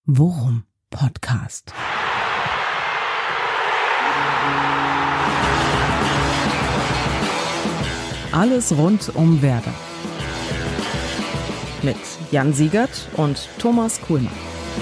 Worum Podcast. Alles rund um Werder. Mit Jan Siegert und Thomas Kuhlmann.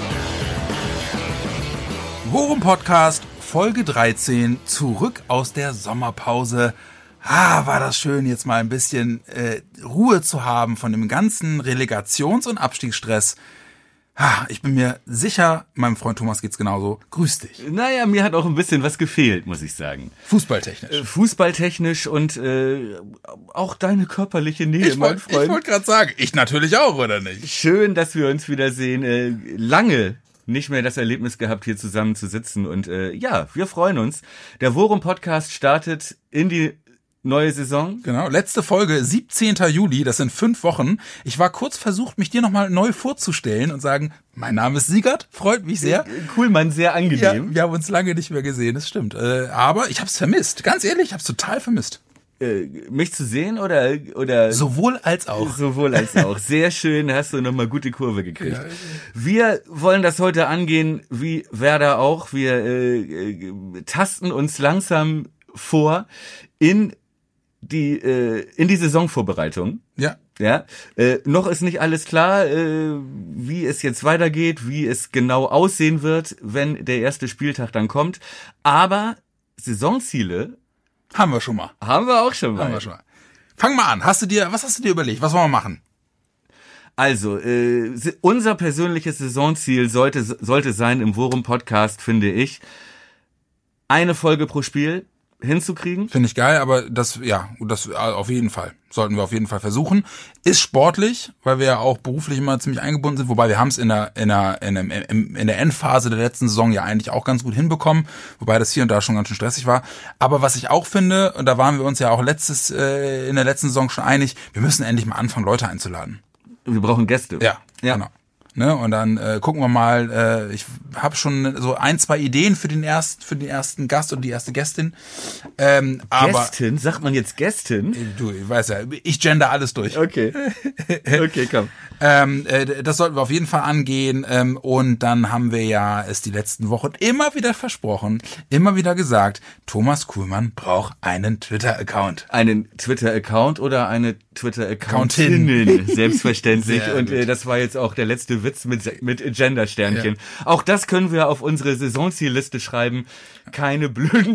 Worum Podcast, Folge 13, zurück aus der Sommerpause. War das schön, jetzt mal ein bisschen Ruhe zu haben von dem ganzen Relegations- und Abstiegsstress. Ich bin mir sicher, meinem Freund Thomas geht's genauso. Grüß dich. Naja, mir hat auch ein bisschen was gefehlt, muss ich sagen. Fußballtechnisch. Fußballtechnisch und auch deine körperliche Nähe, mein Freund. Ich wollte gerade sagen, ich natürlich auch, oder nicht? Schön, dass wir uns wiedersehen. Lange nicht mehr das Erlebnis gehabt, hier zusammen zu sitzen. Und wir freuen uns. Der Worum Podcast startet in die neue Saison. Genau, letzte Folge, 17. Juli, das sind 5 Wochen. Ich war kurz versucht, mich dir nochmal neu vorzustellen und sagen, mein Name ist Siegert, freut mich sehr. Kuhlmann, sehr angenehm. Ja, wir haben uns lange nicht mehr gesehen, das stimmt. Aber ich hab's vermisst, ganz ehrlich, ich hab's total vermisst. Mich zu sehen oder? Sowohl als auch. Sowohl als auch. Sehr schön, hast du nochmal gute Kurve gekriegt. Ja. Wir wollen das heute angehen, wie Werder auch. Wir tasten uns langsam vor in die Saisonvorbereitung. Ja. Ja. Noch ist nicht alles klar, wie es jetzt weitergeht, wie es genau aussehen wird, wenn der erste Spieltag dann kommt. Aber Saisonziele haben wir schon mal. Haben wir auch schon mal. Fang mal an. Was hast du dir überlegt? Was wollen wir machen? Also, unser persönliches Saisonziel sollte sein im Worum Podcast, finde ich, eine Folge pro Spiel hinzukriegen. Finde ich geil, aber das auf jeden Fall. Sollten wir auf jeden Fall versuchen. Ist sportlich, weil wir ja auch beruflich immer ziemlich eingebunden sind, wobei wir haben es in der Endphase der letzten Saison ja eigentlich auch ganz gut hinbekommen, wobei das hier und da schon ganz schön stressig war. Aber was ich auch finde, und da waren wir uns ja auch in der letzten Saison schon einig, wir müssen endlich mal anfangen, Leute einzuladen. Wir brauchen Gäste. Ja. Genau. Ne, und dann gucken wir mal, ich habe schon so 1-2 Ideen für den ersten Gast und die erste Gästin. Aber Gästin? Sagt man jetzt Gästin? Du, ich weiß ja, ich gender alles durch. Okay. Okay, komm. Das sollten wir auf jeden Fall angehen. Und dann haben wir ja es die letzten Wochen immer wieder versprochen, immer wieder gesagt, Thomas Kuhlmann braucht einen Twitter-Account. Einen Twitter-Account oder eine Twitter-Accountin, selbstverständlich. Und das war jetzt auch der letzte Witz mit Gender-Sternchen. Ja. Auch das können wir auf unsere Saisonzielliste schreiben. Keine blöden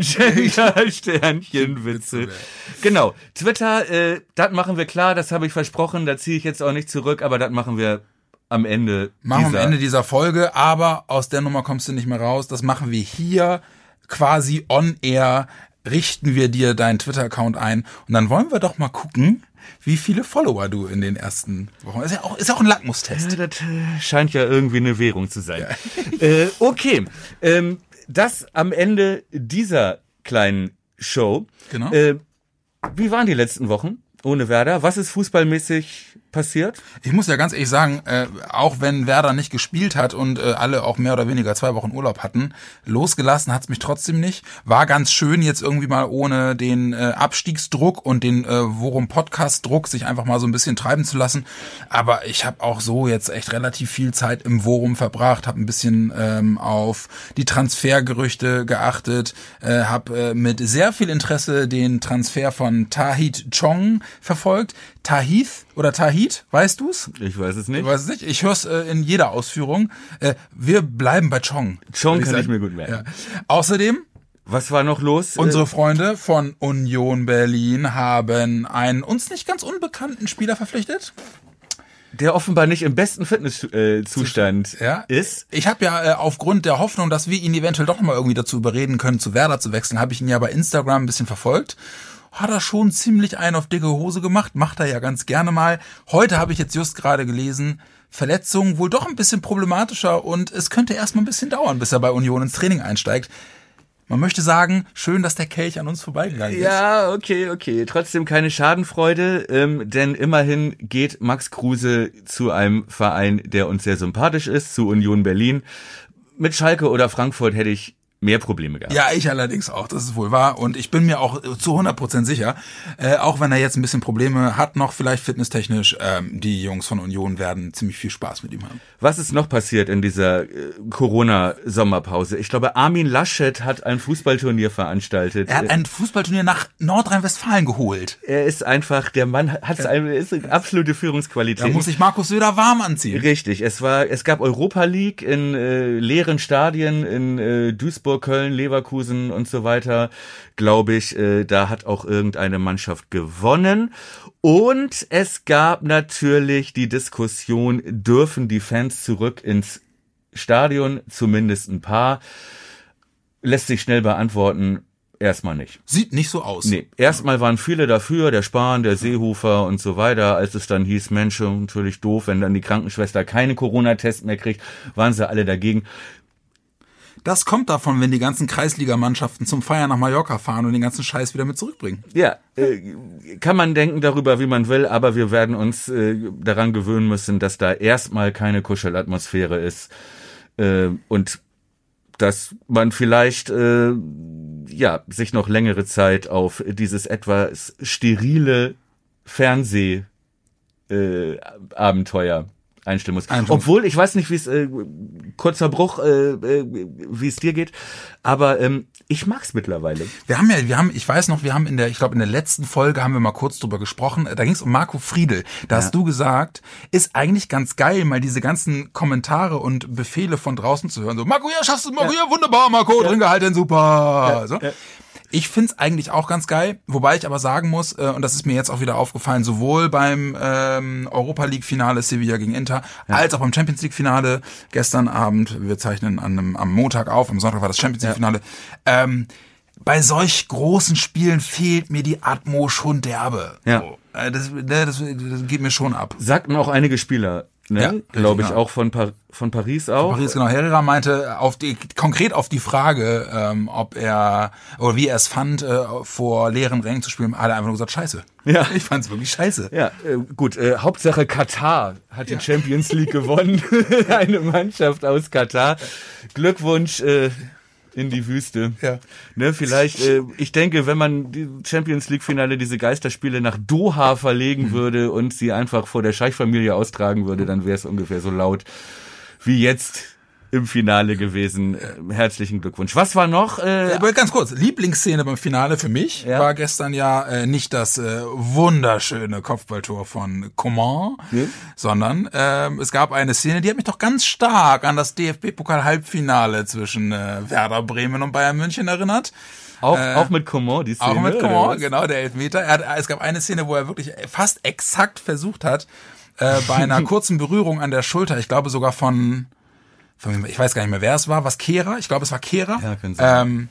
Gender-Sternchen-Witze. Genau. Twitter, das machen wir klar, das habe ich versprochen, da ziehe ich jetzt auch nicht zurück, aber das machen wir am Ende dieser Folge, aber aus der Nummer kommst du nicht mehr raus. Das machen wir hier quasi on air, richten wir dir deinen Twitter-Account ein und dann wollen wir doch mal gucken, wie viele Follower du in den ersten Wochen. Ist ja auch ein Lackmustest. Das scheint ja irgendwie eine Währung zu sein. Ja. Okay. Das am Ende dieser kleinen Show. Genau. Wie waren die letzten Wochen ohne Werder? Was ist fußballmäßig passiert? Ich muss ja ganz ehrlich sagen, auch wenn Werder nicht gespielt hat und alle auch mehr oder weniger 2 Wochen Urlaub hatten, losgelassen hat's mich trotzdem nicht. War ganz schön, jetzt irgendwie mal ohne den Abstiegsdruck und den Worum-Podcast-Druck sich einfach mal so ein bisschen treiben zu lassen. Aber ich habe auch so jetzt echt relativ viel Zeit im Worum verbracht, habe ein bisschen auf die Transfergerüchte geachtet, habe mit sehr viel Interesse den Transfer von Tahith Chong verfolgt. Tahith, weißt du's? Ich weiß es nicht. Ich weiß es nicht. Ich höre es in jeder Ausführung. Wir bleiben bei Chong. Chong kann ich mir gut merken. Ja. Außerdem, was war noch los? Unsere Freunde von Union Berlin haben einen uns nicht ganz unbekannten Spieler verpflichtet. Der offenbar nicht im besten Fitnesszustand ist. Ich habe ja aufgrund der Hoffnung, dass wir ihn eventuell doch mal irgendwie dazu überreden können, zu Werder zu wechseln, habe ich ihn ja bei Instagram ein bisschen verfolgt. Hat er schon ziemlich einen auf dicke Hose gemacht, macht er ja ganz gerne mal. Heute habe ich jetzt just gerade gelesen, Verletzungen wohl doch ein bisschen problematischer und es könnte erstmal ein bisschen dauern, bis er bei Union ins Training einsteigt. Man möchte sagen, schön, dass der Kelch an uns vorbeigegangen ist. Ja, okay. Trotzdem keine Schadenfreude, denn immerhin geht Max Kruse zu einem Verein, der uns sehr sympathisch ist, zu Union Berlin. Mit Schalke oder Frankfurt hätte ich mehr Probleme gehabt. Ja, ich allerdings auch, das ist wohl wahr. Und ich bin mir auch zu 100% sicher, auch wenn er jetzt ein bisschen Probleme hat, noch vielleicht fitnesstechnisch, die Jungs von Union werden ziemlich viel Spaß mit ihm haben. Was ist noch passiert in dieser Corona-Sommerpause? Ich glaube, Armin Laschet hat ein Fußballturnier veranstaltet. Er hat ein Fußballturnier nach Nordrhein-Westfalen geholt. Er ist einfach, der Mann ist eine absolute Führungsqualität. Da muss sich Markus Söder warm anziehen. Richtig, es gab Europa League in leeren Stadien in Duisburg, Köln, Leverkusen und so weiter, glaube ich. Da hat auch irgendeine Mannschaft gewonnen. Und es gab natürlich die Diskussion, dürfen die Fans zurück ins Stadion, zumindest ein paar. Lässt sich schnell beantworten, erstmal nicht. Sieht nicht so aus. Nee, erstmal waren viele dafür, der Spahn, der Seehofer und so weiter. Als es dann hieß, Mensch, natürlich doof, wenn dann die Krankenschwester keine Corona-Tests mehr kriegt, waren sie alle dagegen. Das kommt davon, wenn die ganzen Kreisligamannschaften zum Feiern nach Mallorca fahren und den ganzen Scheiß wieder mit zurückbringen. Ja, kann man denken darüber, wie man will, aber wir werden uns daran gewöhnen müssen, dass da erstmal keine Kuschelatmosphäre ist und dass man vielleicht sich noch längere Zeit auf dieses etwas sterile Abenteuer einstellen muss. Obwohl, ich weiß nicht, wie es, kurzer Bruch, wie es dir geht, aber ich mag's mittlerweile. Wir haben, ich glaube in der letzten Folge haben wir mal kurz drüber gesprochen, da ging es um Marco Friedl. Da hast du gesagt, ist eigentlich ganz geil, mal diese ganzen Kommentare und Befehle von draußen zu hören. So, Marco, ja, schaffst du, Marco, ja, wunderbar, Marco, drin gehalten, super. Ja, so. ja. Ich find's eigentlich auch ganz geil, wobei ich aber sagen muss, und das ist mir jetzt auch wieder aufgefallen, sowohl beim Europa League Finale Sevilla gegen Inter, als auch beim Champions League Finale gestern Abend, wir zeichnen am Montag auf, am Sonntag war das Champions League Finale, bei solch großen Spielen fehlt mir die Atmo schon derbe. Ja. So, das geht mir schon ab. Sagten auch einige Spieler, ne? Ja, glaube ich, genau. auch von Paris auch. Paris, genau. Herrera meinte konkret auf die Frage, ob er oder wie er es fand, vor leeren Rängen zu spielen, hat er einfach nur gesagt, scheiße. Ja. Ich fand's wirklich scheiße. Ja, gut. Hauptsache Katar hat die Champions League gewonnen. Eine Mannschaft aus Katar. Glückwunsch in die Wüste. Ja. Ne, vielleicht, ich denke, wenn man die Champions League Finale, diese Geisterspiele nach Doha verlegen würde und sie einfach vor der Scheich-Familie austragen würde, dann wäre es ungefähr so laut wie jetzt im Finale gewesen. Herzlichen Glückwunsch. Was war noch? Aber ganz kurz, Lieblingsszene beim Finale für mich war gestern nicht das wunderschöne Kopfballtor von Coman, sondern es gab eine Szene, die hat mich doch ganz stark an das DFB-Pokal-Halbfinale zwischen Werder Bremen und Bayern München erinnert. Auch mit Coman, die Szene. Auch mit Coman, genau, der Elfmeter. Es gab eine Szene, wo er wirklich fast exakt versucht hat, bei einer kurzen Berührung an der Schulter, ich glaube sogar ich weiß gar nicht mehr, wer es war, ich glaube, es war Kehrer, ja, kann sein.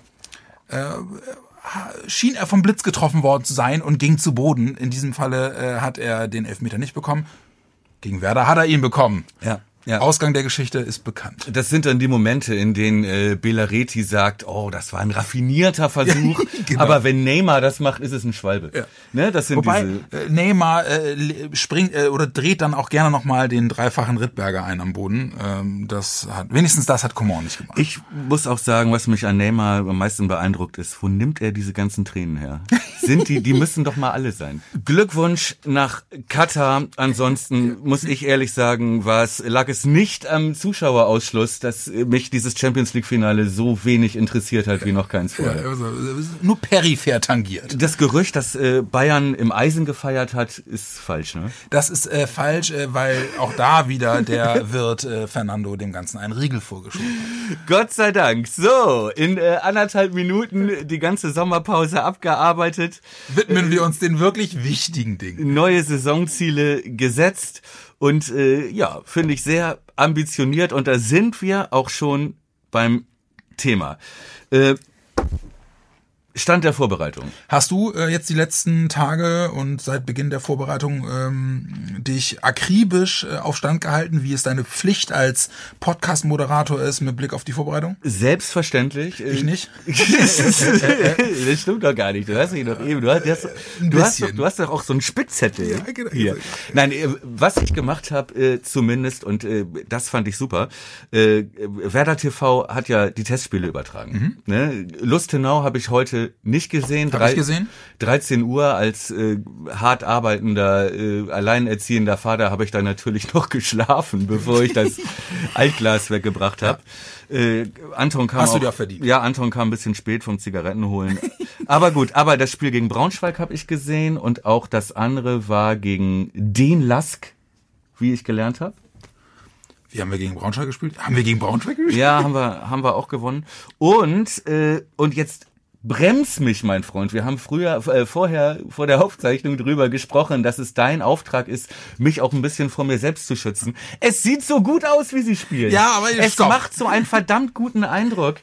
Schien er vom Blitz getroffen worden zu sein und ging zu Boden. In diesem Falle hat er den Elfmeter nicht bekommen. Gegen Werder hat er ihn bekommen. Ja. Ausgang der Geschichte ist bekannt. Das sind dann die Momente, in denen Belareti sagt, oh, das war ein raffinierter Versuch, genau. Aber wenn Neymar das macht, ist es ein Schwalbe. Ja. Ne, das sind Wobei Neymar springt oder dreht dann auch gerne nochmal den dreifachen Rittberger ein am Boden. Wenigstens das hat Coman nicht gemacht. Ich muss auch sagen, was mich an Neymar am meisten beeindruckt ist, wo nimmt er diese ganzen Tränen her? Die müssen doch mal alle sein. Glückwunsch nach Katar. Ansonsten muss ich ehrlich sagen, lag es nicht am Zuschauerausschluss, dass mich dieses Champions League Finale so wenig interessiert hat wie noch keins vorher. Ja, nur peripher tangiert. Das Gerücht, dass Bayern im Eisen gefeiert hat, ist falsch, ne? Das ist falsch, weil auch da wieder der Wirt Fernando dem Ganzen einen Riegel vorgeschoben hat. Gott sei Dank. So, in 1,5 Minuten die ganze Sommerpause abgearbeitet. Widmen wir uns den wirklich wichtigen Dingen. Neue Saisonziele gesetzt und finde ich sehr ambitioniert und da sind wir auch schon beim Thema. Stand der Vorbereitung. Hast du jetzt die letzten Tage und seit Beginn der Vorbereitung dich akribisch auf Stand gehalten, wie es deine Pflicht als Podcast-Moderator ist mit Blick auf die Vorbereitung? Selbstverständlich. Ich nicht. Das stimmt doch gar nicht. Du hast dich doch eben. Du hast doch auch so einen Spickzettel. Ja, genau. Hier. Nein, was ich gemacht habe, zumindest, und das fand ich super, Werder TV hat ja die Testspiele übertragen. Ne? Lustenau habe ich heute nicht gesehen. Habe ich gesehen? 13 Uhr als hart arbeitender, alleinerziehender Vater habe ich da natürlich noch geschlafen, bevor ich das Altglas weggebracht habe. Anton kam Hast du auch, dir auch verdient. Ja, Anton kam ein bisschen spät vom Zigaretten holen. Aber gut, aber das Spiel gegen Braunschweig habe ich gesehen und auch das andere war gegen den Lask, wie ich gelernt habe. Wie haben wir gegen Braunschweig gespielt? Haben wir gegen Braunschweig gespielt? Ja, haben wir auch gewonnen. Und jetzt bremst mich, mein Freund. Wir haben vorher vor der Aufzeichnung drüber gesprochen, dass es dein Auftrag ist, mich auch ein bisschen vor mir selbst zu schützen. Es sieht so gut aus, wie sie spielen. Ja, aber es macht so einen verdammt guten Eindruck,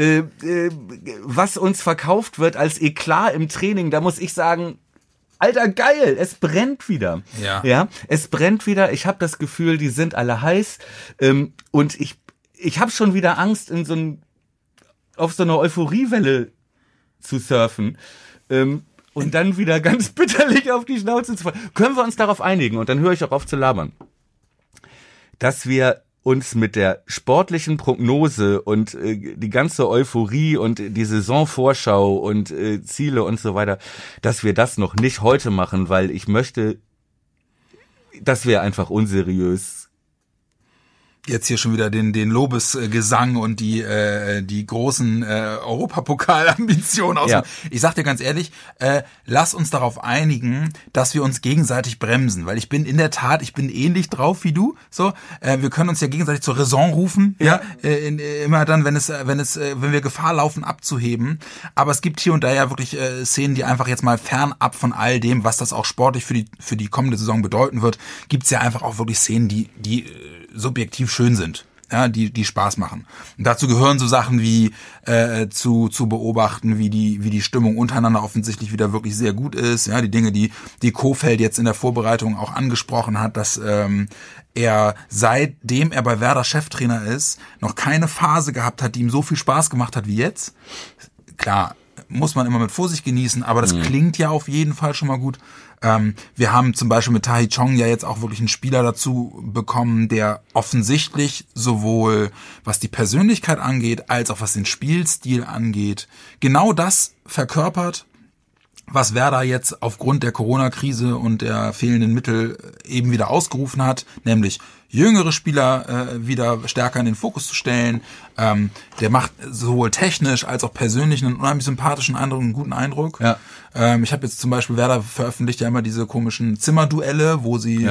was uns verkauft wird als Eklat im Training. Da muss ich sagen, Alter, geil, es brennt wieder. Ja, es brennt wieder. Ich habe das Gefühl, die sind alle heiß. Und ich habe schon wieder Angst, auf so einer Euphoriewelle zu surfen und dann wieder ganz bitterlich auf die Schnauze zu fallen. Können wir uns darauf einigen, und dann höre ich auch auf zu labern, dass wir uns mit der sportlichen Prognose und die ganze Euphorie und die Saisonvorschau und Ziele und so weiter, dass wir das noch nicht heute machen, weil ich möchte, das wäre einfach unseriös. Jetzt hier schon wieder den Lobesgesang und die großen Europapokal-Ambitionen aus. Ja. Ich sag dir ganz ehrlich, lass uns darauf einigen, dass wir uns gegenseitig bremsen, weil ich bin ähnlich drauf wie du. So, wir können uns ja gegenseitig zur Raison rufen, ja, immer dann, wenn wir Gefahr laufen, abzuheben. Aber es gibt hier und da ja wirklich Szenen, die einfach jetzt mal fernab von all dem, was das auch sportlich für die kommende Saison bedeuten wird, gibt's ja einfach auch wirklich Szenen, die subjektiv schön sind, ja, die Spaß machen. Und dazu gehören so Sachen wie zu beobachten, wie die Stimmung untereinander offensichtlich wieder wirklich sehr gut ist, ja, die Dinge, die Kohfeldt jetzt in der Vorbereitung auch angesprochen hat, dass er, seitdem er bei Werder Cheftrainer ist, noch keine Phase gehabt hat, die ihm so viel Spaß gemacht hat wie jetzt. Klar, muss man immer mit Vorsicht genießen, aber das klingt ja auf jeden Fall schon mal gut. Wir haben zum Beispiel mit Tahi Chong ja jetzt auch wirklich einen Spieler dazu bekommen, der offensichtlich sowohl was die Persönlichkeit angeht, als auch was den Spielstil angeht, genau das verkörpert, was Werder jetzt aufgrund der Corona-Krise und der fehlenden Mittel eben wieder ausgerufen hat, nämlich jüngere Spieler wieder stärker in den Fokus zu stellen. Der macht sowohl technisch als auch persönlich einen unheimlich sympathischen Eindruck, einen guten Eindruck. Ja. Ich habe jetzt zum Beispiel, Werder veröffentlicht ja immer diese komischen Zimmerduelle, wo sie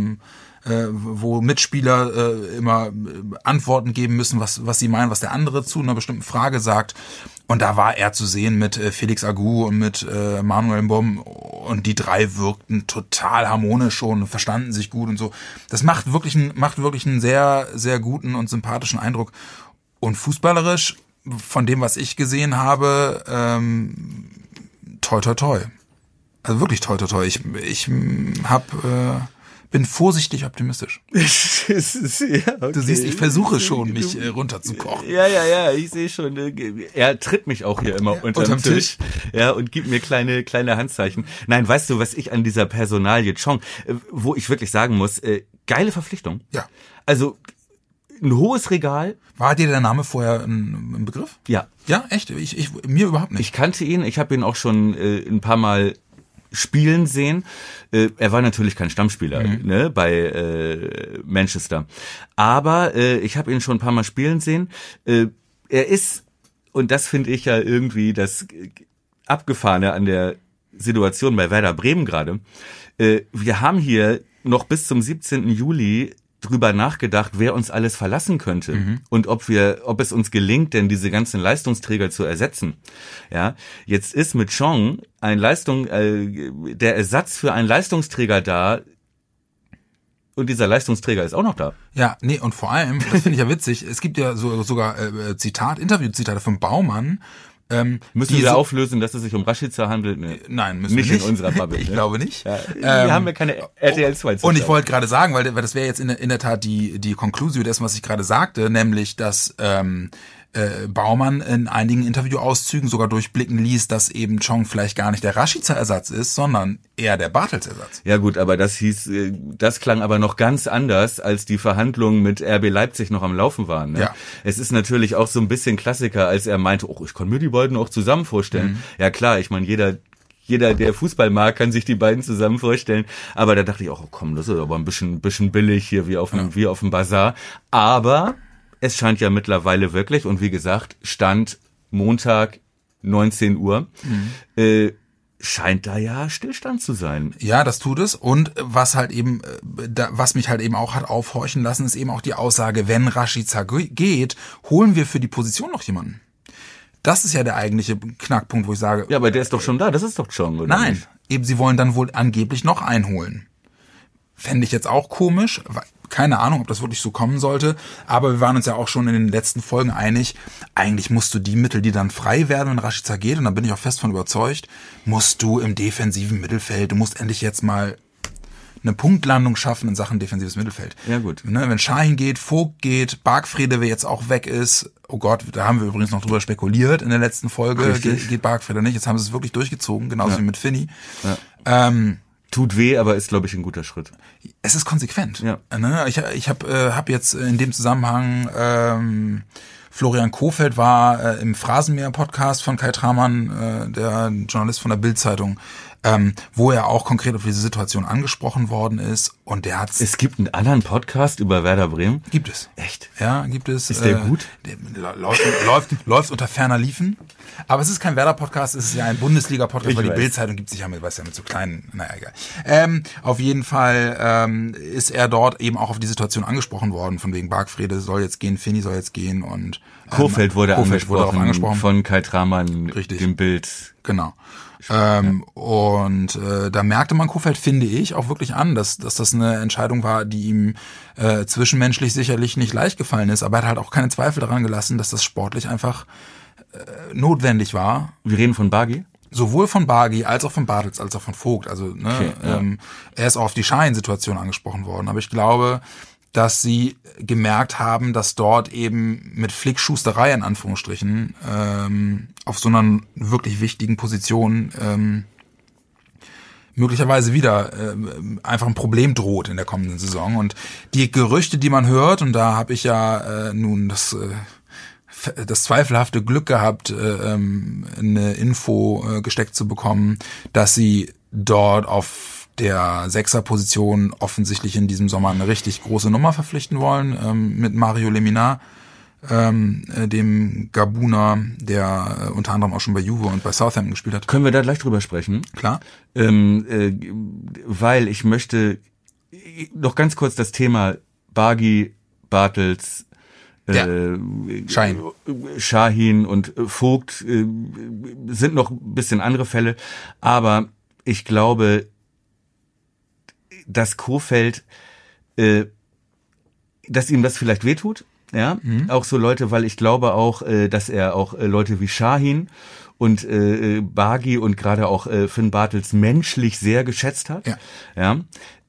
wo Mitspieler immer Antworten geben müssen, was sie meinen, was der andere zu einer bestimmten Frage sagt. Und da war er zu sehen mit Felix Agu und mit Manuel Mbom, und die drei wirkten total harmonisch schon, verstanden sich gut und so. Das macht wirklich einen sehr, sehr guten und sympathischen Eindruck. Und fußballerisch, von dem, was ich gesehen habe, toi, toi, toi. Also wirklich toi, toi, toi. Ich bin vorsichtig optimistisch. Ja, okay. Du siehst, ich versuche schon, mich runterzukochen. Ja, ich sehe schon. Er tritt mich auch hier immer unterm Tisch. Ja, und gibt mir kleine Handzeichen. Nein, weißt du, was ich an dieser Personalie Chong, wo ich wirklich sagen muss, geile Verpflichtung. Ja. Also ein hohes Regal. War dir der Name vorher ein Begriff? Ja. Ja, echt? Mir überhaupt nicht. Ich kannte ihn, ich habe ihn auch schon ein paar Mal spielen sehen. Er war natürlich kein Stammspieler, ne, bei Manchester. Aber ich habe ihn schon ein paar Mal spielen sehen. Er ist, und das finde ich ja irgendwie das Abgefahrene an der Situation bei Werder Bremen gerade, wir haben hier noch bis zum 17. Juli drüber nachgedacht, wer uns alles verlassen könnte und ob es uns gelingt, denn diese ganzen Leistungsträger zu ersetzen. Ja, jetzt ist mit Chong der Ersatz für einen Leistungsträger da, und dieser Leistungsträger ist auch noch da. Ja, nee, und vor allem, das finde ich ja witzig, es gibt ja sogar Interviewzitate von Baumann, Müssen wir auflösen, dass es sich um Rashica handelt? Nee. Nein, müssen nicht wir nicht. In unserer Bubble. Ich glaube nicht. Ja, wir haben ja keine RTL 2 Und ich wollte gerade sagen, weil das wäre jetzt in der Tat die Konklusion dessen, was ich gerade sagte, nämlich, dass Baumann in einigen Interviewauszügen sogar durchblicken ließ, dass eben Chong vielleicht gar nicht der Rashica-Ersatz ist, sondern eher der Bartels-Ersatz. Ja gut, aber das klang aber noch ganz anders, als die Verhandlungen mit RB Leipzig noch am Laufen waren. Ne? Ja. Es ist natürlich auch so ein bisschen Klassiker, als er meinte, ich kann mir die beiden auch zusammen vorstellen. Ja klar, ich meine, jeder, der Fußball mag, kann sich die beiden zusammen vorstellen. Aber da dachte ich auch, komm, das ist aber ein bisschen billig hier, wie auf dem Bazar. Aber es scheint ja mittlerweile wirklich, und wie gesagt, Stand Montag 19 Uhr, scheint da ja Stillstand zu sein. Ja, das tut es. Und was mich halt eben auch hat aufhorchen lassen, ist eben auch die Aussage, wenn Rashica geht, holen wir für die Position noch jemanden. Das ist ja der eigentliche Knackpunkt, wo ich sage... Ja, aber der ist doch schon da, das ist doch Chong, oder? Nein, eben sie wollen dann wohl angeblich noch einholen. Fände ich jetzt auch komisch, keine Ahnung, ob das wirklich so kommen sollte, aber wir waren uns ja auch schon in den letzten Folgen einig, eigentlich musst du die Mittel, die dann frei werden, wenn Rashica geht, und da bin ich auch fest von überzeugt, musst du im defensiven Mittelfeld, du musst endlich jetzt mal eine Punktlandung schaffen in Sachen defensives Mittelfeld. Ja gut. Ne, wenn Şahin geht, Vogt geht, Bargfrede, wer jetzt auch weg ist, oh Gott, da haben wir übrigens noch drüber spekuliert in der letzten Folge, geht Bargfrede nicht, jetzt haben sie es wirklich durchgezogen, genauso wie mit Finny. Ja. Tut weh, aber ist, glaube ich, ein guter Schritt. Es ist konsequent. Ja. Ich hab jetzt in dem Zusammenhang Florian Kohfeldt war im Phrasenmäher-Podcast von Kai Tramann, der Journalist von der Bild-Zeitung, wo er auch konkret auf diese Situation angesprochen worden ist. Und der hat's. Es gibt einen anderen Podcast über Werder Bremen? Gibt es. Echt? Ja, gibt es. Ist der gut? Der läuft unter ferner Liefen. Aber es ist kein Werder-Podcast, es ist ja ein Bundesliga-Podcast, weil die Bild-Zeitung gibt sich ja mit so kleinen, naja, egal. Auf jeden Fall ist er dort eben auch auf die Situation angesprochen worden, von wegen Bargfrede soll jetzt gehen, Finny soll jetzt gehen und Kohfeldt wurde auch angesprochen von Kai Tramann, richtig, dem Bild. Genau. Und da merkte man Kohfeldt, finde ich, auch wirklich an, dass das eine Entscheidung war, die ihm zwischenmenschlich sicherlich nicht leicht gefallen ist, aber er hat halt auch keine Zweifel daran gelassen, dass das sportlich einfach notwendig war. Wir reden von Bargi? Sowohl von Bargi als auch von Bartels als auch von Vogt. Also Okay, er ist auch auf die Şahin-Situation angesprochen worden. Aber ich glaube, dass sie gemerkt haben, dass dort eben mit Flickschusterei in Anführungsstrichen auf so einer wirklich wichtigen Position möglicherweise wieder einfach ein Problem droht in der kommenden Saison. Und die Gerüchte, die man hört, und da habe ich ja nun das zweifelhafte Glück gehabt, eine Info gesteckt zu bekommen, dass sie dort auf der Sechserposition offensichtlich in diesem Sommer eine richtig große Nummer verpflichten wollen, mit Mario Lemina, dem Gabuner, der unter anderem auch schon bei Juve und bei Southampton gespielt hat. Können wir da gleich drüber sprechen? Klar. Weil ich möchte noch ganz kurz das Thema Bargi, Bartels, Şahin und Vogt sind noch ein bisschen andere Fälle, aber ich glaube, dass Kohfeldt, dass ihm das vielleicht wehtut, ja, auch so Leute, weil ich glaube auch, dass er auch Leute wie Şahin und Bargi und gerade auch Finn Bartels menschlich sehr geschätzt hat, ja.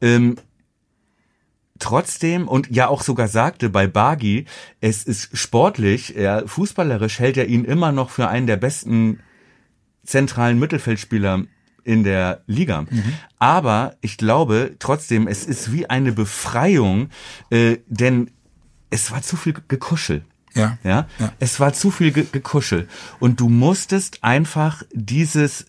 Trotzdem und ja auch sogar sagte bei Bargi, es ist sportlich, fußballerisch hält er ihn immer noch für einen der besten zentralen Mittelfeldspieler in der Liga. Aber ich glaube trotzdem, es ist wie eine Befreiung, denn es war zu viel Gekuschel. Ja. Es war zu viel Gekuschel. Und du musstest einfach dieses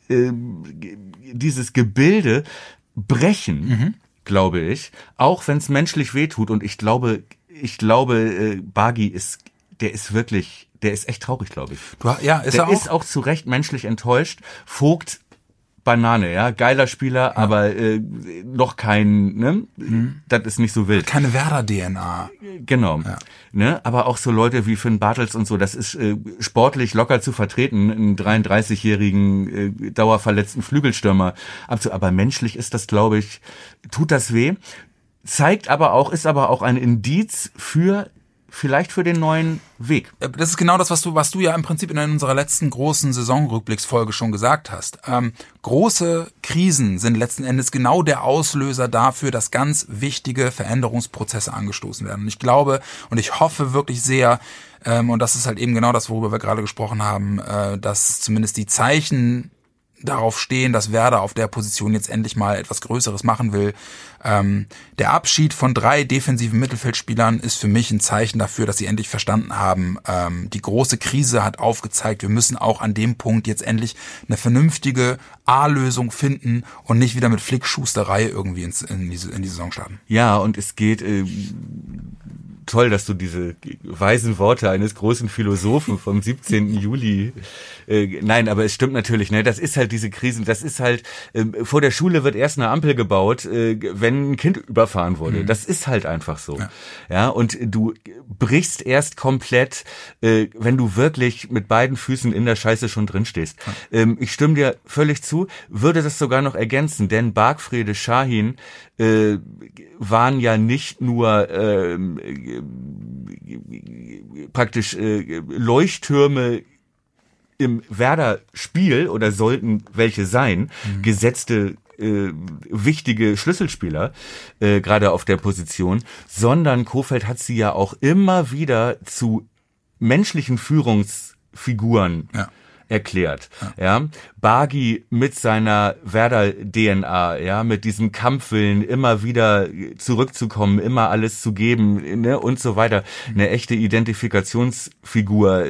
Gebilde brechen. Glaube ich, auch wenn es menschlich wehtut. Und ich glaube, Bargi ist echt traurig, glaube ich. Der ist auch zu Recht menschlich enttäuscht. Vogt, Banane, ja, geiler Spieler, aber noch kein, ne, das ist nicht so wild. Keine Werder-DNA. Genau, ne, aber auch so Leute wie Finn Bartels und so, das ist sportlich locker zu vertreten, einen 33-jährigen dauerverletzten Flügelstürmer aber menschlich ist das, glaube ich, tut das weh, ist aber auch ein Indiz für vielleicht für den neuen Weg. Das ist genau das, was du ja im Prinzip in unserer letzten großen Saisonrückblicksfolge schon gesagt hast. Große Krisen sind letzten Endes genau der Auslöser dafür, dass ganz wichtige Veränderungsprozesse angestoßen werden. Und ich glaube und ich hoffe wirklich sehr, und das ist halt eben genau das, worüber wir gerade gesprochen haben, dass zumindest die Zeichen darauf stehen, dass Werder auf der Position jetzt endlich mal etwas Größeres machen will. Der Abschied von 3 defensiven Mittelfeldspielern ist für mich ein Zeichen dafür, dass sie endlich verstanden haben, die große Krise hat aufgezeigt, wir müssen auch an dem Punkt jetzt endlich eine vernünftige A-Lösung finden und nicht wieder mit Flickschusterei irgendwie in die Saison starten. Ja, und es geht toll, dass du diese weisen Worte eines großen Philosophen vom 17. Juli nein, aber es stimmt natürlich, ne? Das ist halt diese Krisen, das ist halt, vor der Schule wird erst eine Ampel gebaut, wenn ein Kind überfahren wurde. Mhm. Das ist halt einfach so. Ja, und du brichst erst komplett, wenn du wirklich mit beiden Füßen in der Scheiße schon drin stehst. Ich stimme dir völlig zu, würde das sogar noch ergänzen, denn Bargfrede, Şahin waren ja nicht nur praktisch Leuchttürme im Werder-Spiel oder sollten welche sein, gesetzte wichtige Schlüsselspieler, gerade auf der Position, sondern Kohfeldt hat sie ja auch immer wieder zu menschlichen Führungsfiguren erklärt. Ja. Bargi mit seiner Werder-DNA, ja, mit diesem Kampfwillen, immer wieder zurückzukommen, immer alles zu geben, ne, und so weiter. Eine echte Identifikationsfigur,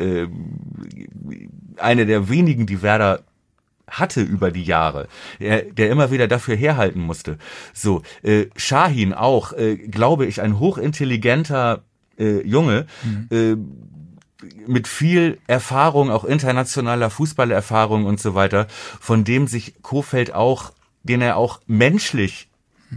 eine der wenigen, die Werder hatte über die Jahre, der immer wieder dafür herhalten musste. So, Şahin auch, glaube ich, ein hochintelligenter Junge, mit viel Erfahrung, auch internationaler Fußballerfahrung und so weiter, von dem sich Kohfeldt auch, den er auch menschlich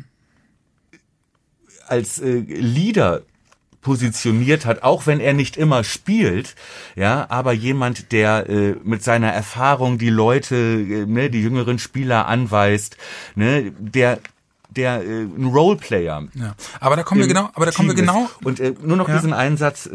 als Leader positioniert hat, auch wenn er nicht immer spielt, ja, aber jemand, der mit seiner Erfahrung die Leute, ne, die jüngeren Spieler anweist, ne, der ein Roleplayer. Ja. Aber da kommen wir genau. Und nur noch diesen Einsatz,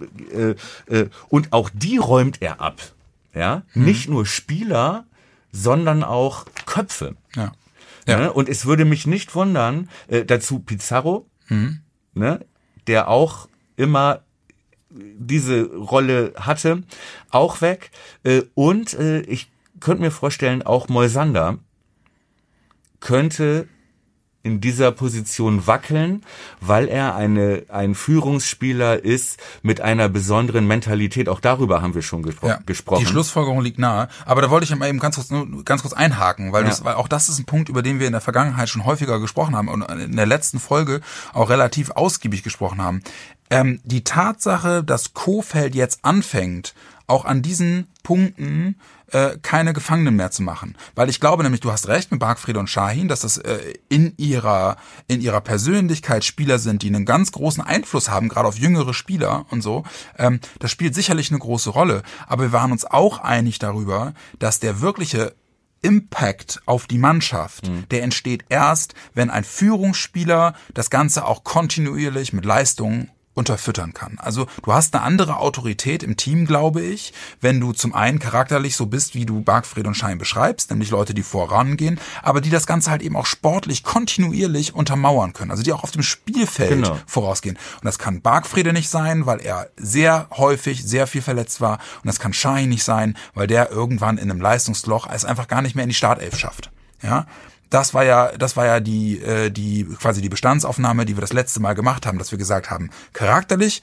und auch die räumt er ab. Ja, nicht nur Spieler, sondern auch Köpfe. Ja. Ne? Und es würde mich nicht wundern, dazu Pizarro, ne, der auch immer diese Rolle hatte, auch weg. Und ich könnte mir vorstellen, auch Moisander könnte in dieser Position wackeln, weil er ein Führungsspieler ist mit einer besonderen Mentalität. Auch darüber haben wir schon gesprochen. Die Schlussfolgerung liegt nahe. Aber da wollte ich mal eben ganz kurz einhaken, weil auch das ist ein Punkt, über den wir in der Vergangenheit schon häufiger gesprochen haben und in der letzten Folge auch relativ ausgiebig gesprochen haben. Die Tatsache, dass Kohfeldt jetzt anfängt, auch an diesen Punkten keine Gefangenen mehr zu machen. Weil ich glaube nämlich, du hast recht mit Bargfrede und Şahin, dass das in ihrer Persönlichkeit Spieler sind, die einen ganz großen Einfluss haben, gerade auf jüngere Spieler und so. Das spielt sicherlich eine große Rolle. Aber wir waren uns auch einig darüber, dass der wirkliche Impact auf die Mannschaft, der entsteht erst, wenn ein Führungsspieler das Ganze auch kontinuierlich mit Leistungen unterfüttern kann. Also du hast eine andere Autorität im Team, glaube ich, wenn du zum einen charakterlich so bist, wie du Bargfrede und Şahin beschreibst, nämlich Leute, die vorangehen, aber die das Ganze halt eben auch sportlich kontinuierlich untermauern können, also die auch auf dem Spielfeld vorausgehen. Und das kann Bargfrede nicht sein, weil er sehr häufig sehr viel verletzt war, und das kann Şahin nicht sein, weil der irgendwann in einem Leistungsloch es einfach gar nicht mehr in die Startelf schafft. Ja. Das war ja die quasi die Bestandsaufnahme, die wir das letzte Mal gemacht haben, dass wir gesagt haben, charakterlich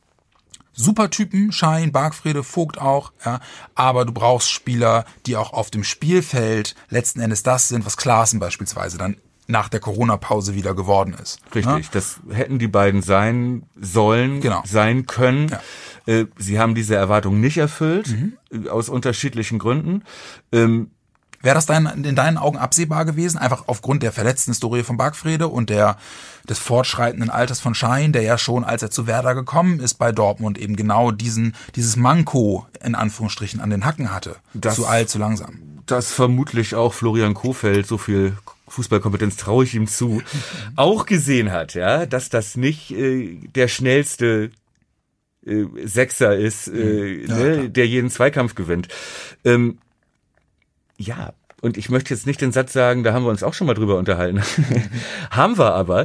super Typen, Şahin, Bargfrede, Vogt auch, ja, aber du brauchst Spieler, die auch auf dem Spielfeld letzten Endes das sind, was Klaassen beispielsweise dann nach der Corona-Pause wieder geworden ist. Richtig, das hätten die beiden sein sollen, sein können. Ja. Sie haben diese Erwartung nicht erfüllt, aus unterschiedlichen Gründen. Wäre das in deinen Augen absehbar gewesen, einfach aufgrund der verletzten Historie von Bargfrede und des fortschreitenden Alters von Şahin, der ja schon, als er zu Werder gekommen ist bei Dortmund, eben genau dieses Manko in Anführungsstrichen an den Hacken hatte, zu alt, zu langsam? Das vermutlich auch Florian Kohfeldt, so viel Fußballkompetenz traue ich ihm zu, auch gesehen hat, ja, dass das nicht der schnellste Sechser ist, der jeden Zweikampf gewinnt. Ja, und ich möchte jetzt nicht den Satz sagen, da haben wir uns auch schon mal drüber unterhalten. Haben wir aber,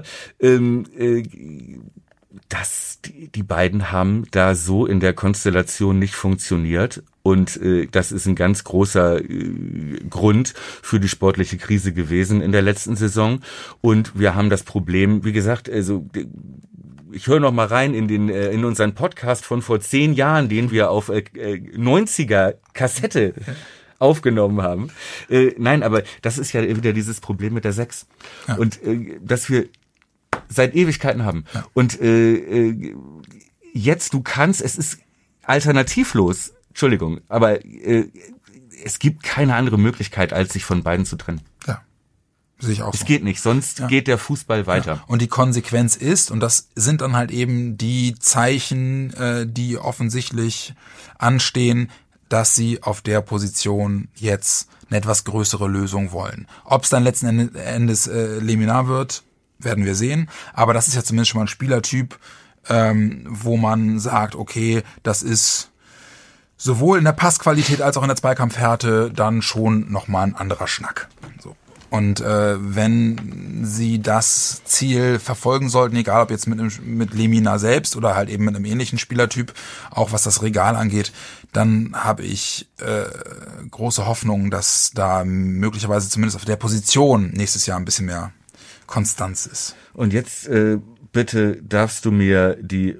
dass die beiden haben da so in der Konstellation nicht funktioniert. Und das ist ein ganz großer Grund für die sportliche Krise gewesen in der letzten Saison. Und wir haben das Problem, wie gesagt, also ich höre noch mal rein in unseren Podcast von vor 10 Jahren, den wir auf 90er Kassette aufgenommen haben. Nein, aber das ist ja wieder dieses Problem mit der 6. Ja. Und dass wir seit Ewigkeiten haben. Ja. Und jetzt, es ist alternativlos, Entschuldigung, aber es gibt keine andere Möglichkeit, als sich von beiden zu trennen. Ja, sehe ich auch so. Es geht nicht, sonst geht der Fußball weiter. Ja. Und die Konsequenz ist, und das sind dann halt eben die Zeichen, die offensichtlich anstehen, dass sie auf der Position jetzt eine etwas größere Lösung wollen. Ob es dann letzten Endes Leminar wird, werden wir sehen. Aber das ist ja zumindest schon mal ein Spielertyp, wo man sagt, okay, das ist sowohl in der Passqualität als auch in der Zweikampfhärte dann schon nochmal ein anderer Schnack. So. Und wenn sie das Ziel verfolgen sollten, egal ob jetzt mit Leminar selbst oder halt eben mit einem ähnlichen Spielertyp, auch was das Regal angeht, dann habe ich große Hoffnung, dass da möglicherweise zumindest auf der Position nächstes Jahr ein bisschen mehr Konstanz ist. Und jetzt bitte darfst du mir die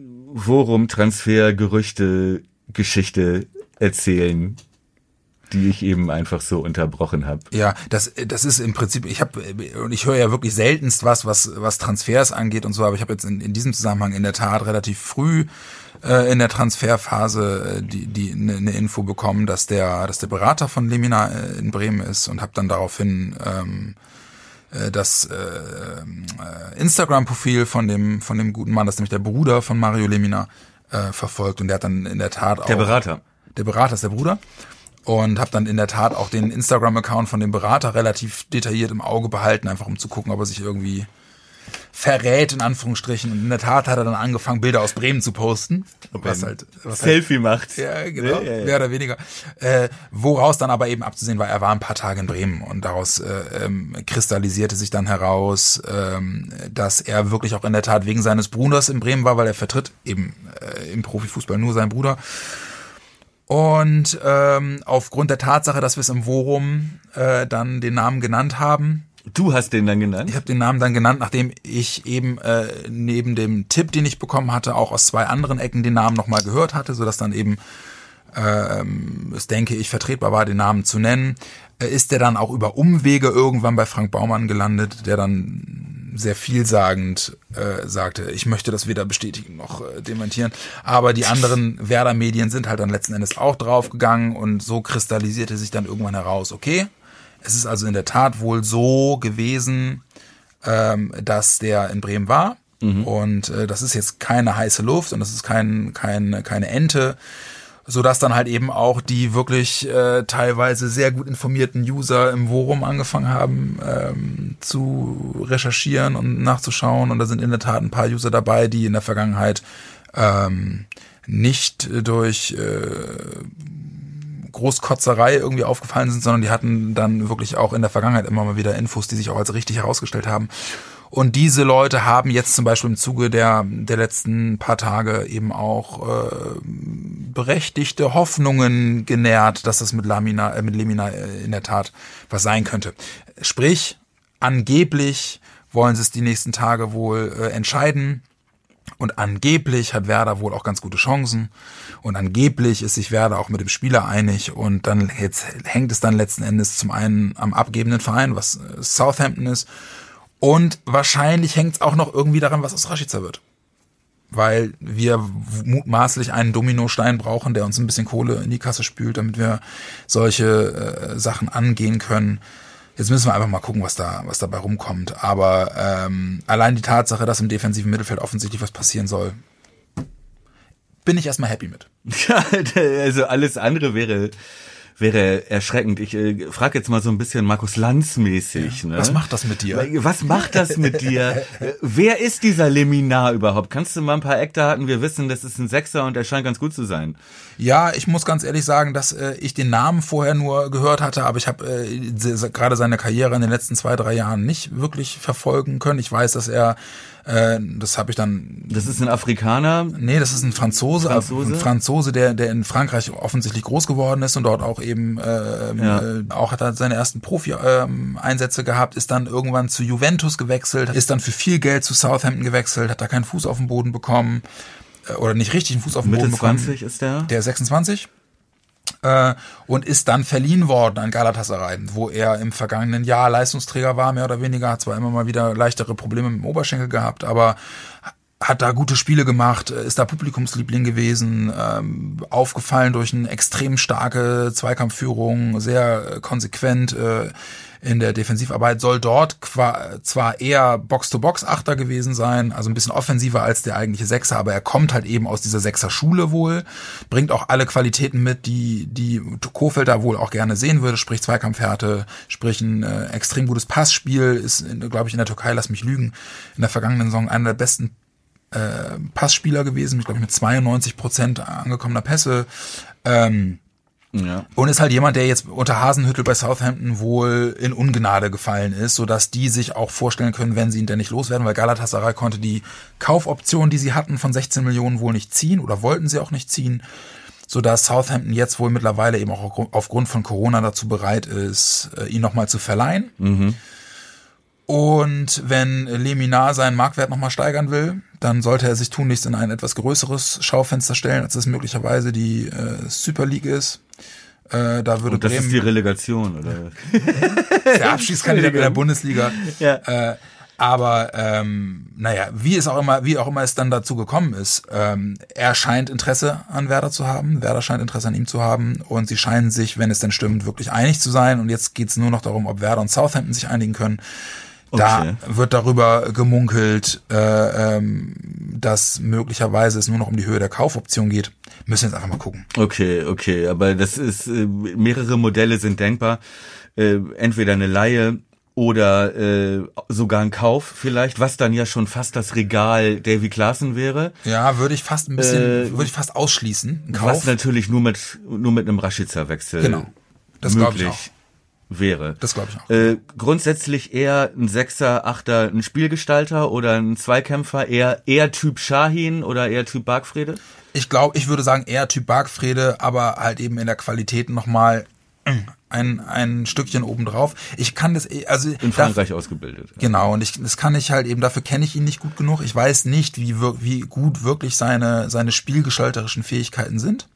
Worum-Transfer-Gerüchte-Geschichte erzählen, die ich eben einfach so unterbrochen habe. Ja, das ist im Prinzip, ich höre ja wirklich seltenst was Transfers angeht und so, aber ich habe jetzt in diesem Zusammenhang in der Tat relativ früh in der Transferphase die eine Info bekommen, dass der Berater von Leminar in Bremen ist, und habe dann daraufhin das Instagram-Profil von dem guten Mann, das ist nämlich der Bruder von Mario Leminar, verfolgt, und der hat dann in der Tat auch... Der Berater ist der Bruder. Und habe dann in der Tat auch den Instagram-Account von dem Berater relativ detailliert im Auge behalten, einfach um zu gucken, ob er sich irgendwie verrät, in Anführungsstrichen. Und in der Tat hat er dann angefangen, Bilder aus Bremen zu posten. Was Selfie macht. Ja, genau, mehr oder weniger. Woraus dann aber eben abzusehen war, er war ein paar Tage in Bremen, und daraus kristallisierte sich dann heraus, dass er wirklich auch in der Tat wegen seines Bruders in Bremen war, weil er vertritt eben im Profifußball nur seinen Bruder. Und aufgrund der Tatsache, dass wir es im Forum dann den Namen genannt haben. Du hast den dann genannt? Ich habe den Namen dann genannt, nachdem ich eben neben dem Tipp, den ich bekommen hatte, auch aus 2 anderen Ecken den Namen nochmal gehört hatte, sodass dann eben es, denke ich, vertretbar war, den Namen zu nennen. Ist der dann auch über Umwege irgendwann bei Frank Baumann gelandet, der dann sehr vielsagend sagte, ich möchte das weder bestätigen noch dementieren. Aber die anderen Werder-Medien sind halt dann letzten Endes auch draufgegangen, und so kristallisierte sich dann irgendwann heraus, okay, es ist also in der Tat wohl so gewesen, dass der in Bremen war. Mhm. Und das ist jetzt keine heiße Luft, und das ist keine Ente, sodass dann halt eben auch die wirklich teilweise sehr gut informierten User im Forum angefangen haben zu recherchieren und nachzuschauen. Und da sind in der Tat ein paar User dabei, die in der Vergangenheit nicht durch Großkotzerei irgendwie aufgefallen sind, sondern die hatten dann wirklich auch in der Vergangenheit immer mal wieder Infos, die sich auch als richtig herausgestellt haben. Und diese Leute haben jetzt zum Beispiel im Zuge der letzten paar Tage eben auch berechtigte Hoffnungen genährt, dass das mit Leminar in der Tat was sein könnte. Sprich, angeblich wollen sie es die nächsten Tage wohl entscheiden. Und angeblich hat Werder wohl auch ganz gute Chancen. Und angeblich ist sich Werder auch mit dem Spieler einig. Und dann jetzt hängt es dann letzten Endes zum einen am abgebenden Verein, was Southampton ist. Und wahrscheinlich hängt es auch noch irgendwie daran, was aus Rashica wird. Weil wir mutmaßlich einen Dominostein brauchen, der uns ein bisschen Kohle in die Kasse spült, damit wir solche Sachen angehen können. Jetzt müssen wir einfach mal gucken, was dabei rumkommt. Aber allein die Tatsache, dass im defensiven Mittelfeld offensichtlich was passieren soll, bin ich erstmal happy mit. Ja, also alles andere wäre erschreckend. Ich frage jetzt mal so ein bisschen Markus Lanz-mäßig. Ne? Was macht das mit dir? Was macht das mit dir? Wer ist dieser Leminar überhaupt? Kannst du mal ein paar Eckdaten? Wir wissen, das ist ein Sechser und er scheint ganz gut zu sein. Ja, ich muss ganz ehrlich sagen, dass ich den Namen vorher nur gehört hatte, aber ich habe gerade seine Karriere in den letzten 2-3 Jahren nicht wirklich verfolgen können. Ich weiß, dass er, das habe ich dann... Das ist ein Afrikaner? Nee, das ist ein Franzose? Ein Franzose, der in Frankreich offensichtlich groß geworden ist und dort auch eben auch hat er seine ersten Profi-Einsätze gehabt, ist dann irgendwann zu Juventus gewechselt, ist dann für viel Geld zu Southampton gewechselt, hat da keinen Fuß auf den Boden bekommen. Oder nicht richtig einen Fuß auf den Boden bekommen. Mitte 20 ist der? Der ist 26. Und ist dann verliehen worden an Galatasaray, wo er im vergangenen Jahr Leistungsträger war, mehr oder weniger. Hat zwar immer mal wieder leichtere Probleme mit dem Oberschenkel gehabt, aber hat da gute Spiele gemacht, ist da Publikumsliebling gewesen, aufgefallen durch eine extrem starke Zweikampfführung, sehr konsequent in der Defensivarbeit, soll dort zwar eher Box-to-Box-Achter gewesen sein, also ein bisschen offensiver als der eigentliche Sechser, aber er kommt halt eben aus dieser Sechser-Schule wohl, bringt auch alle Qualitäten mit, die Kohfeldt da wohl auch gerne sehen würde, sprich Zweikampfhärte, sprich ein extrem gutes Passspiel, ist, glaube ich, in der Türkei, lass mich lügen, in der vergangenen Saison einer der besten Passspieler gewesen, ich glaube mit 92% angekommener Pässe, und ist halt jemand, der jetzt unter Hasenhüttl bei Southampton wohl in Ungnade gefallen ist, sodass die sich auch vorstellen können, wenn sie ihn denn nicht loswerden, weil Galatasaray konnte die Kaufoption, die sie hatten, von 16 Millionen wohl nicht ziehen oder wollten sie auch nicht ziehen, sodass Southampton jetzt wohl mittlerweile eben auch aufgrund von Corona dazu bereit ist, ihn nochmal zu verleihen. Mhm. Und wenn Leminar seinen Marktwert nochmal steigern will, dann sollte er sich tunlichst in ein etwas größeres Schaufenster stellen, als es möglicherweise die Super League ist. Da würde und das Bremen, ist die Relegation, oder? Der Abstiegskandidat in der Bundesliga. Ja. Aber naja, wie auch immer es dann dazu gekommen ist, er scheint Interesse an Werder zu haben, Werder scheint Interesse an ihm zu haben und sie scheinen sich, wenn es denn stimmt, wirklich einig zu sein. Und jetzt geht's nur noch darum, ob Werder und Southampton sich einigen können. Da wird darüber gemunkelt, dass möglicherweise es nur noch um die Höhe der Kaufoption geht. Müssen wir jetzt einfach mal gucken. Okay, aber das ist, mehrere Modelle sind denkbar. Entweder eine Leihe oder sogar ein Kauf vielleicht, was dann ja schon fast das Regal Davy Klaassen wäre. Ja, würde ich fast ausschließen. Ein Kauf. Was natürlich nur mit einem Rashica-Wechsel genau. Das möglich glaube ich auch. Wäre. Das glaube ich auch. Grundsätzlich eher ein Sechser, Achter, ein Spielgestalter oder ein Zweikämpfer, eher Typ Şahin oder eher Typ Bargfrede? Ich würde sagen eher Typ Bargfrede, aber halt eben in der Qualität nochmal ein Stückchen obendrauf. Ich kann das, also in Frankreich ausgebildet. Genau, und das kann ich halt eben, dafür kenne ich ihn nicht gut genug. Ich weiß nicht, wie gut wirklich seine spielgestalterischen Fähigkeiten sind.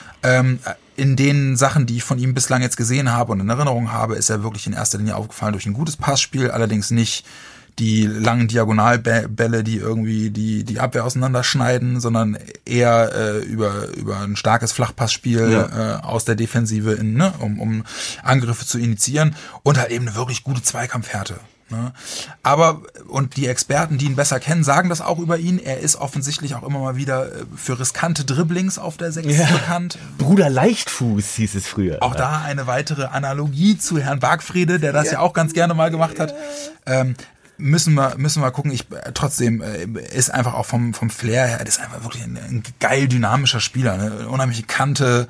In den Sachen, die ich von ihm bislang jetzt gesehen habe und in Erinnerung habe, ist er wirklich in erster Linie aufgefallen durch ein gutes Passspiel, allerdings nicht die langen Diagonalbälle, die irgendwie die Abwehr auseinanderschneiden, sondern eher über ein starkes Flachpassspiel aus der Defensive um Angriffe zu initiieren und halt eben eine wirklich gute Zweikampfhärte. Ne? Aber, und die Experten, die ihn besser kennen, sagen das auch über ihn. Er ist offensichtlich auch immer mal wieder für riskante Dribblings auf der 6 bekannt. Bruder Leichtfuß hieß es früher. Auch da eine weitere Analogie zu Herrn Bargfrede, der das ja auch ganz gerne mal gemacht hat. Müssen wir gucken. Trotzdem ist einfach auch vom Flair her, das ist einfach wirklich ein geil dynamischer Spieler, eine unheimliche Kante.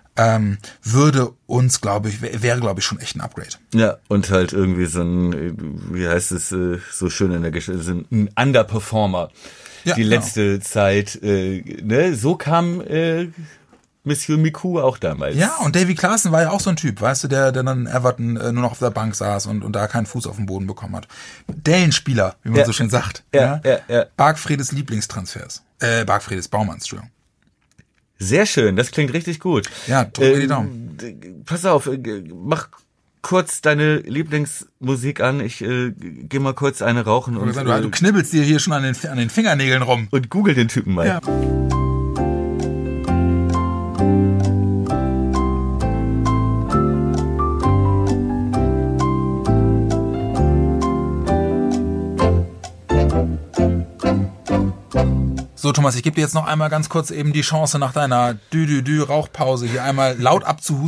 Wäre, glaube ich, schon echt ein Upgrade. Ja, und halt irgendwie so ein, wie heißt es so schön in der Geschichte, so ein Underperformer. Ja, die letzte Zeit, so kam Monsieur Miku auch damals. Ja, und Davy Klaassen war ja auch so ein Typ, weißt du, der dann Everton nur noch auf der Bank saß und da keinen Fuß auf den Boden bekommen hat. Dellenspieler, wie man so schön sagt. Ja. Bargfredes Lieblingstransfers. Bargfredes Baumanns, Entschuldigung. Sehr schön, das klingt richtig gut. Ja, drück mir die Daumen. Pass auf, mach kurz deine Lieblingsmusik an. Ich geh mal kurz eine rauchen. Du knibbelst dir hier schon an den Fingernägeln rum. Und google den Typen mal. Ja. So, Thomas, ich gebe dir jetzt noch einmal ganz kurz eben die Chance, nach deiner Rauchpause hier einmal laut abzuhusten.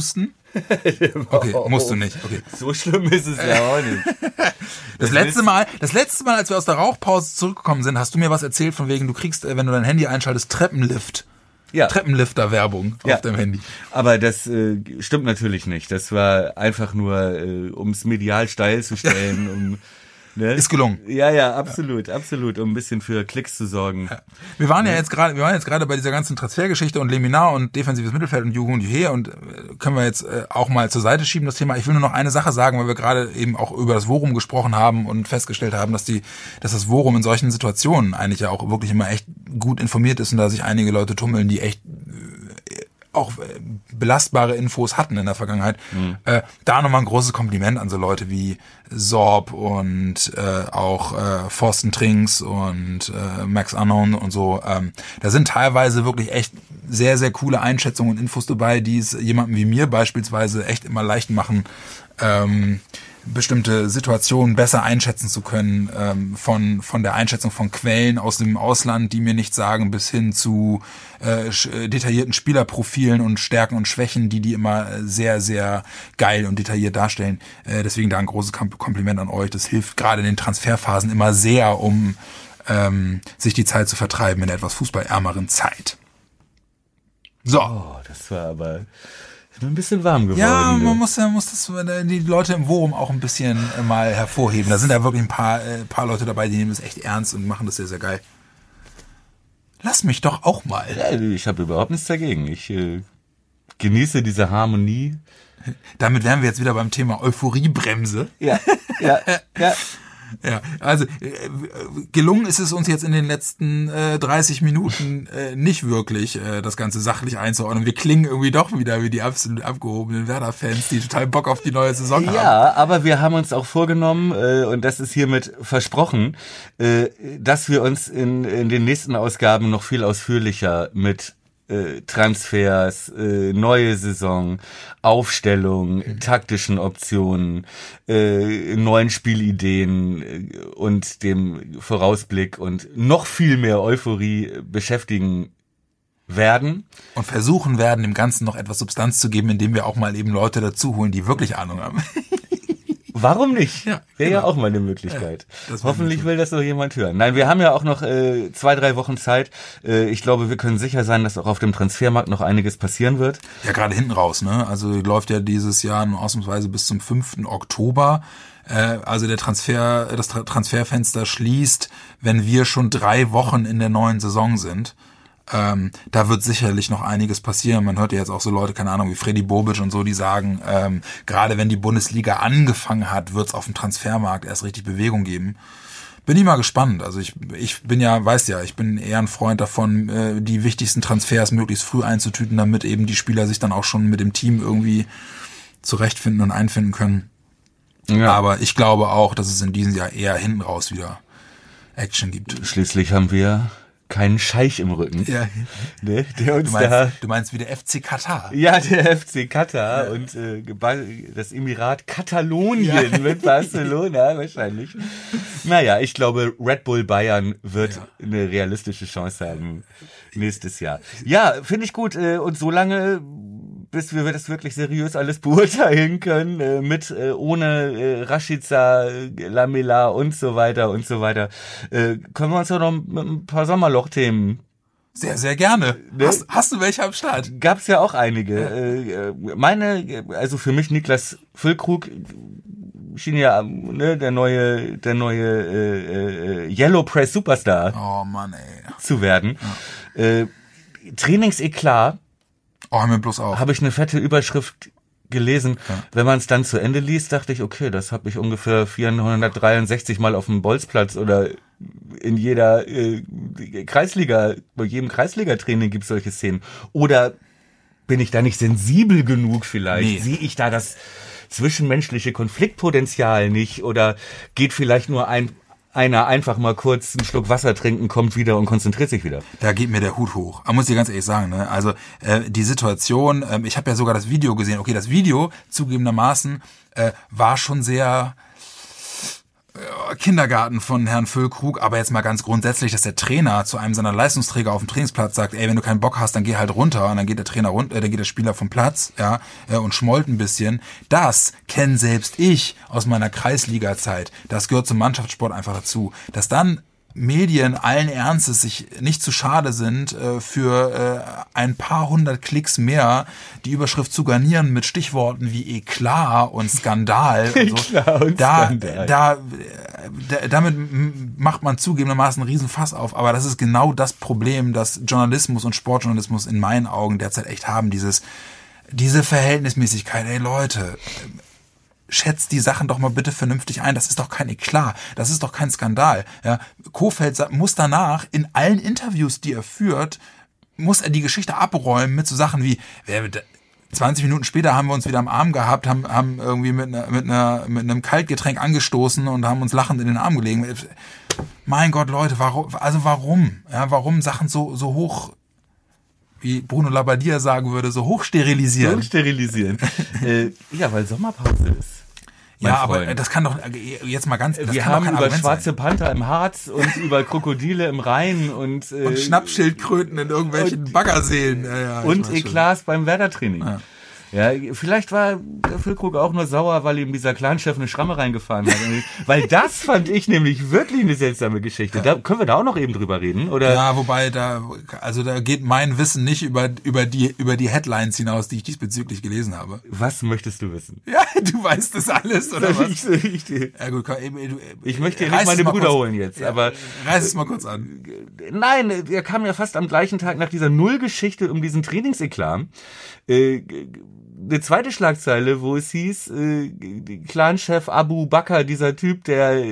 Okay, musst du nicht. Okay. So schlimm ist es ja auch nicht. Das letzte Mal, als wir aus der Rauchpause zurückgekommen sind, hast du mir was erzählt von wegen, du kriegst, wenn du dein Handy einschaltest, Treppenlifter-Werbung auf deinem Handy. Aber das stimmt natürlich nicht. Das war einfach nur, um es medial steil zu stellen, ne? Ist gelungen. Ja, absolut, um ein bisschen für Klicks zu sorgen. Ja. Wir waren jetzt gerade bei dieser ganzen Transfergeschichte und Leminar und defensives Mittelfeld und Juhu und Juhe und können wir jetzt auch mal zur Seite schieben, das Thema. Ich will nur noch eine Sache sagen, weil wir gerade eben auch über das Worum gesprochen haben und festgestellt haben, dass das Worum in solchen Situationen eigentlich ja auch wirklich immer echt gut informiert ist und da sich einige Leute tummeln, die echt auch belastbare Infos hatten in der Vergangenheit. Da nochmal ein großes Kompliment an so Leute wie Sorb und auch Forsten Trinks und Max Unknown und so. Da sind teilweise wirklich echt sehr, sehr coole Einschätzungen und Infos dabei, die es jemandem wie mir beispielsweise echt immer leicht machen, bestimmte Situationen besser einschätzen zu können, von der Einschätzung von Quellen aus dem Ausland, die mir nichts sagen, bis hin zu detaillierten Spielerprofilen und Stärken und Schwächen, die immer sehr, sehr geil und detailliert darstellen. Deswegen da ein großes Kompliment an euch. Das hilft gerade in den Transferphasen immer sehr, um sich die Zeit zu vertreiben in der etwas fußballärmeren Zeit. So. Oh, das war aber ein bisschen warm geworden. Ja, man muss die Leute im Forum auch ein bisschen mal hervorheben. Da sind ja wirklich ein paar Leute dabei, die nehmen das echt ernst und machen das sehr, sehr geil. Lass mich doch auch mal. Ja, ich habe überhaupt nichts dagegen. Ich genieße diese Harmonie. Damit wären wir jetzt wieder beim Thema Euphoriebremse. Ja. Ja, also gelungen ist es uns jetzt in den letzten 30 Minuten nicht wirklich, das Ganze sachlich einzuordnen. Wir klingen irgendwie doch wieder wie die absolut abgehobenen Werder-Fans, die total Bock auf die neue Saison haben. Ja, aber wir haben uns auch vorgenommen, und das ist hiermit versprochen, dass wir uns in den nächsten Ausgaben noch viel ausführlicher mit Transfers, neue Saison, Aufstellung, taktischen Optionen, neuen Spielideen und dem Vorausblick und noch viel mehr Euphorie beschäftigen werden. Und versuchen werden, dem Ganzen noch etwas Substanz zu geben, indem wir auch mal eben Leute dazu holen, die wirklich Ahnung haben. Warum nicht? Ja, Wäre genau. ja auch mal eine Möglichkeit. Ja, Hoffentlich will das noch jemand hören. Nein, wir haben ja auch noch 2-3 Wochen Zeit. Ich glaube, wir können sicher sein, dass auch auf dem Transfermarkt noch einiges passieren wird. Ja, gerade hinten raus, ne? Also läuft ja dieses Jahr nur ausnahmsweise bis zum 5. Oktober. Also das Transferfenster schließt, wenn wir schon 3 Wochen in der neuen Saison sind. Da wird sicherlich noch einiges passieren. Man hört ja jetzt auch so Leute, keine Ahnung, wie Freddy Bobic und so, die sagen, gerade wenn die Bundesliga angefangen hat, wird es auf dem Transfermarkt erst richtig Bewegung geben. Bin ich mal gespannt. Also ich bin ja, weißt ja, ich bin eher ein Freund davon, die wichtigsten Transfers möglichst früh einzutüten, damit eben die Spieler sich dann auch schon mit dem Team irgendwie zurechtfinden und einfinden können. Ja. Aber ich glaube auch, dass es in diesem Jahr eher hinten raus wieder Action gibt. Schließlich haben wir keinen Scheich im Rücken. Ja. Ne, der uns du meinst wie der FC Katar. Ja, der FC Katar und das Emirat Katalonien mit Barcelona wahrscheinlich. Naja, ich glaube, Red Bull Bayern wird eine realistische Chance haben nächstes Jahr. Ja, finde ich gut. Und so lange, bis wir das wirklich seriös alles beurteilen können, ohne Rashica, Lamela und so weiter, können wir uns ja noch mit ein paar Sommerloch-Themen. Sehr, sehr gerne. Ne? Hast du welche am Start? Gab's ja auch einige. Also für mich Niklas Füllkrug schien ja der neue Yellow Press Superstar zu werden. Ja. Trainingseklat. Oh, hör mir bloß auf. Habe ich eine fette Überschrift gelesen. Ja. Wenn man es dann zu Ende liest, dachte ich, okay, das habe ich ungefähr 463 Mal auf dem Bolzplatz oder in jeder Kreisliga, bei jedem Kreisliga-Training gibt es solche Szenen. Oder bin ich da nicht sensibel genug vielleicht? Nee. Sehe ich da das zwischenmenschliche Konfliktpotenzial nicht? Oder geht vielleicht nur einer einfach mal kurz einen Schluck Wasser trinken, kommt wieder und konzentriert sich wieder? Da geht mir der Hut hoch. Aber muss ich ganz ehrlich sagen, ne? Also die Situation, ich habe ja sogar das Video gesehen. Okay, das Video zugegebenermaßen war schon sehr Kindergarten von Herrn Füllkrug, aber jetzt mal ganz grundsätzlich, dass der Trainer zu einem seiner Leistungsträger auf dem Trainingsplatz sagt, ey, wenn du keinen Bock hast, dann geh halt runter, und dann geht der Trainer runter, dann geht der Spieler vom Platz, ja, und schmollt ein bisschen. Das kenne selbst ich aus meiner Kreisliga-Zeit. Das gehört zum Mannschaftssport einfach dazu. Dass dann Medien allen Ernstes sich nicht zu schade sind, für ein paar hundert Klicks mehr die Überschrift zu garnieren mit Stichworten wie Eklat und Skandal. Und so. Eklat und Skandal. Damit macht man zugegebenermaßen einen Riesenfass auf, aber das ist genau das Problem, das Journalismus und Sportjournalismus in meinen Augen derzeit echt haben, diese Verhältnismäßigkeit. Ey Leute, schätzt die Sachen doch mal bitte vernünftig ein. Das ist doch kein Eklat. Das ist doch kein Skandal. Ja, Kohfeldt muss danach in allen Interviews, die er führt, muss er die Geschichte abräumen mit so Sachen wie, 20 Minuten später haben wir uns wieder am Arm gehabt, haben irgendwie mit einem Kaltgetränk angestoßen und haben uns lachend in den Arm gelegen. Mein Gott, Leute, warum? Ja, warum Sachen so hoch, wie Bruno Labbadia sagen würde, so hoch sterilisieren? Ja, weil Sommerpause ist. Ja, aber das kann doch jetzt mal ganz. Wir haben über schwarze Panther im Harz und über Krokodile im Rhein und Schnappschildkröten in irgendwelchen Baggerseen. Ja, und Eklats beim Werder-Training. Ja. Ja, vielleicht war der Füllkrug auch nur sauer, weil ihm dieser Clanchef eine Schramme reingefahren hat. Weil das fand ich nämlich wirklich eine seltsame Geschichte. Ja. Da können wir da auch noch eben drüber reden, oder? Ja, wobei da geht mein Wissen nicht über die Headlines hinaus, die ich diesbezüglich gelesen habe. Was möchtest du wissen? Ja, du weißt das alles, oder was? Ja gut, ich möchte dir nicht meine Brüder holen jetzt, ja, aber reiß es mal kurz an. Nein, er kam ja fast am gleichen Tag nach dieser Nullgeschichte um diesen Trainingseklat. Eine zweite Schlagzeile, wo es hieß, Clanchef Abu Bakr, dieser Typ, der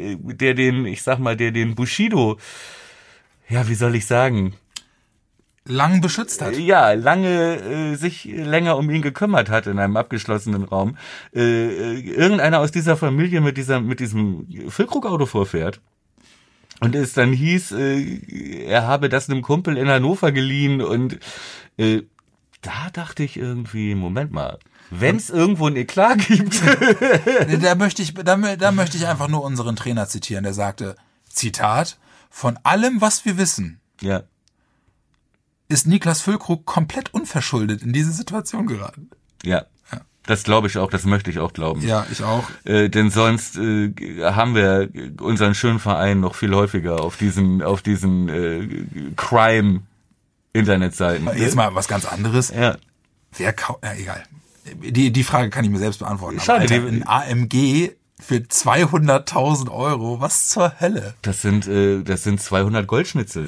den Bushido, ja, wie soll ich sagen, lang beschützt hat. Ja, sich länger um ihn gekümmert hat in einem abgeschlossenen Raum. Irgendeiner aus dieser Familie mit diesem Füllkrug-Auto vorfährt. Und es dann hieß, er habe das einem Kumpel in Hannover geliehen und da dachte ich irgendwie, Moment mal, wenn es irgendwo ein Eklat gibt. Da möchte ich einfach nur unseren Trainer zitieren, der sagte, Zitat, von allem, was wir wissen, ja, ist Niklas Füllkrug komplett unverschuldet in diese Situation geraten. Ja. Das glaube ich auch, das möchte ich auch glauben. Ja, ich auch. Denn sonst haben wir unseren schönen Verein noch viel häufiger auf diesen Crime-Internetseiten. Jetzt mal was ganz anderes. Ja. Egal. Die Frage kann ich mir selbst beantworten. Schade, Alter, ein AMG für 200.000 €, was zur Hölle? Das sind 200 Goldschnitzel.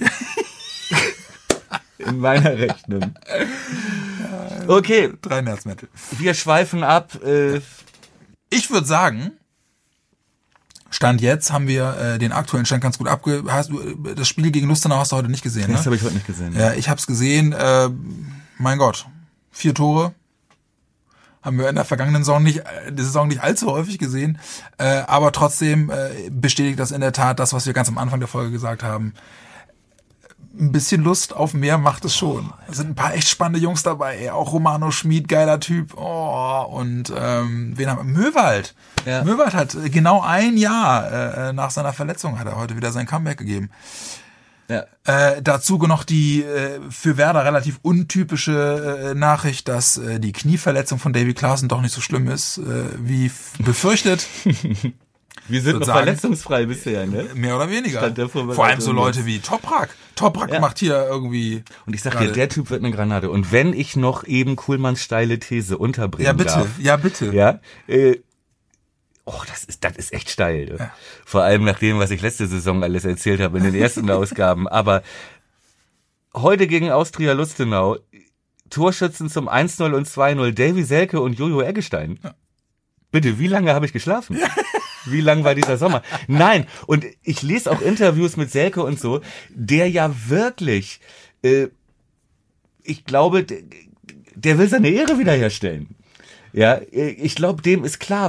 In meiner Rechnung. Okay. 3 Nerzmittel. Wir schweifen ab. Ich würde sagen, Stand jetzt haben wir den aktuellen Stand ganz gut das Spiel gegen Lustenau hast du heute nicht gesehen, ne? Das habe ich heute nicht gesehen. Ja, ich habe es gesehen. Mein Gott, 4 Tore. Haben wir in der vergangenen Saison nicht allzu häufig gesehen. Aber trotzdem bestätigt das in der Tat das, was wir ganz am Anfang der Folge gesagt haben. Ein bisschen Lust auf mehr macht es schon. Es sind ein paar echt spannende Jungs dabei. Ey. Auch Romano Schmid, geiler Typ. Und wen haben wir? Möwald. Ja. Möwald hat genau ein Jahr nach seiner Verletzung hat er heute wieder sein Comeback gegeben. Ja. Dazu noch die für Werder relativ untypische Nachricht, dass die Knieverletzung von Davy Klaassen doch nicht so schlimm ist, wie befürchtet. Wir sind noch verletzungsfrei bisher, ne? Mehr oder weniger. Vor allem so Leute wie Toprak. Toprak macht hier irgendwie... Und ich sag dir, der Typ wird eine Granate. Und wenn ich noch eben Kuhlmanns steile These unterbringen darf. Ja, bitte. Ja, das ist echt steil. Ja. Vor allem nach dem, was ich letzte Saison alles erzählt habe in den ersten Ausgaben. Aber heute gegen Austria Lustenau, Torschützen zum 1-0 und 2-0, Davy Selke und Jojo Eggestein. Ja. Bitte, wie lange habe ich geschlafen? Ja. Wie lang war dieser Sommer? Nein, und ich lese auch Interviews mit Selke und so, der ja wirklich, ich glaube, der will seine Ehre wiederherstellen. Ja, ich glaube, dem ist klar,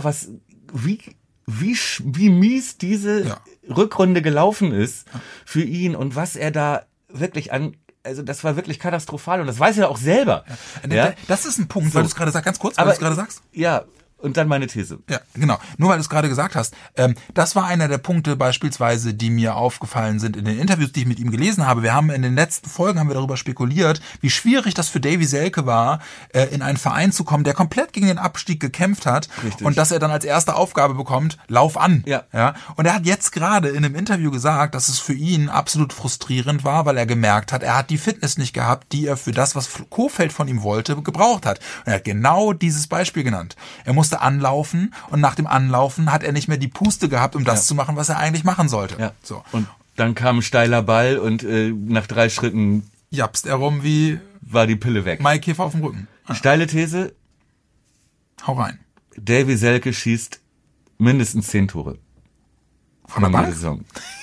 wie mies diese Rückrunde gelaufen ist für ihn und was er da wirklich also das war wirklich katastrophal und das weiß er auch selber. Ja. Das ist ein Punkt, weil du es gerade sagst, ganz kurz, weil du es gerade sagst. Ja. und dann meine These. Ja, genau. Nur weil du es gerade gesagt hast. Das war einer der Punkte beispielsweise, die mir aufgefallen sind in den Interviews, die ich mit ihm gelesen habe. Wir haben in den letzten Folgen darüber spekuliert, wie schwierig das für Davy Selke war, in einen Verein zu kommen, der komplett gegen den Abstieg gekämpft hat. Richtig. Und dass er dann als erste Aufgabe bekommt, lauf an. Ja. Und er hat jetzt gerade in einem Interview gesagt, dass es für ihn absolut frustrierend war, weil er gemerkt hat, er hat die Fitness nicht gehabt, die er für das, was Kohfeldt von ihm wollte, gebraucht hat. Und er hat genau dieses Beispiel genannt. Er musste anlaufen und nach dem Anlaufen hat er nicht mehr die Puste gehabt, um das zu machen, was er eigentlich machen sollte. Ja. So. Und dann kam ein steiler Ball und nach 3 Schritten japst er rum wie war die Pille weg. Maikäfer auf dem Rücken. Steile These, Hau rein. Davy Selke schießt mindestens 10 Tore. Von der Bank? Saison.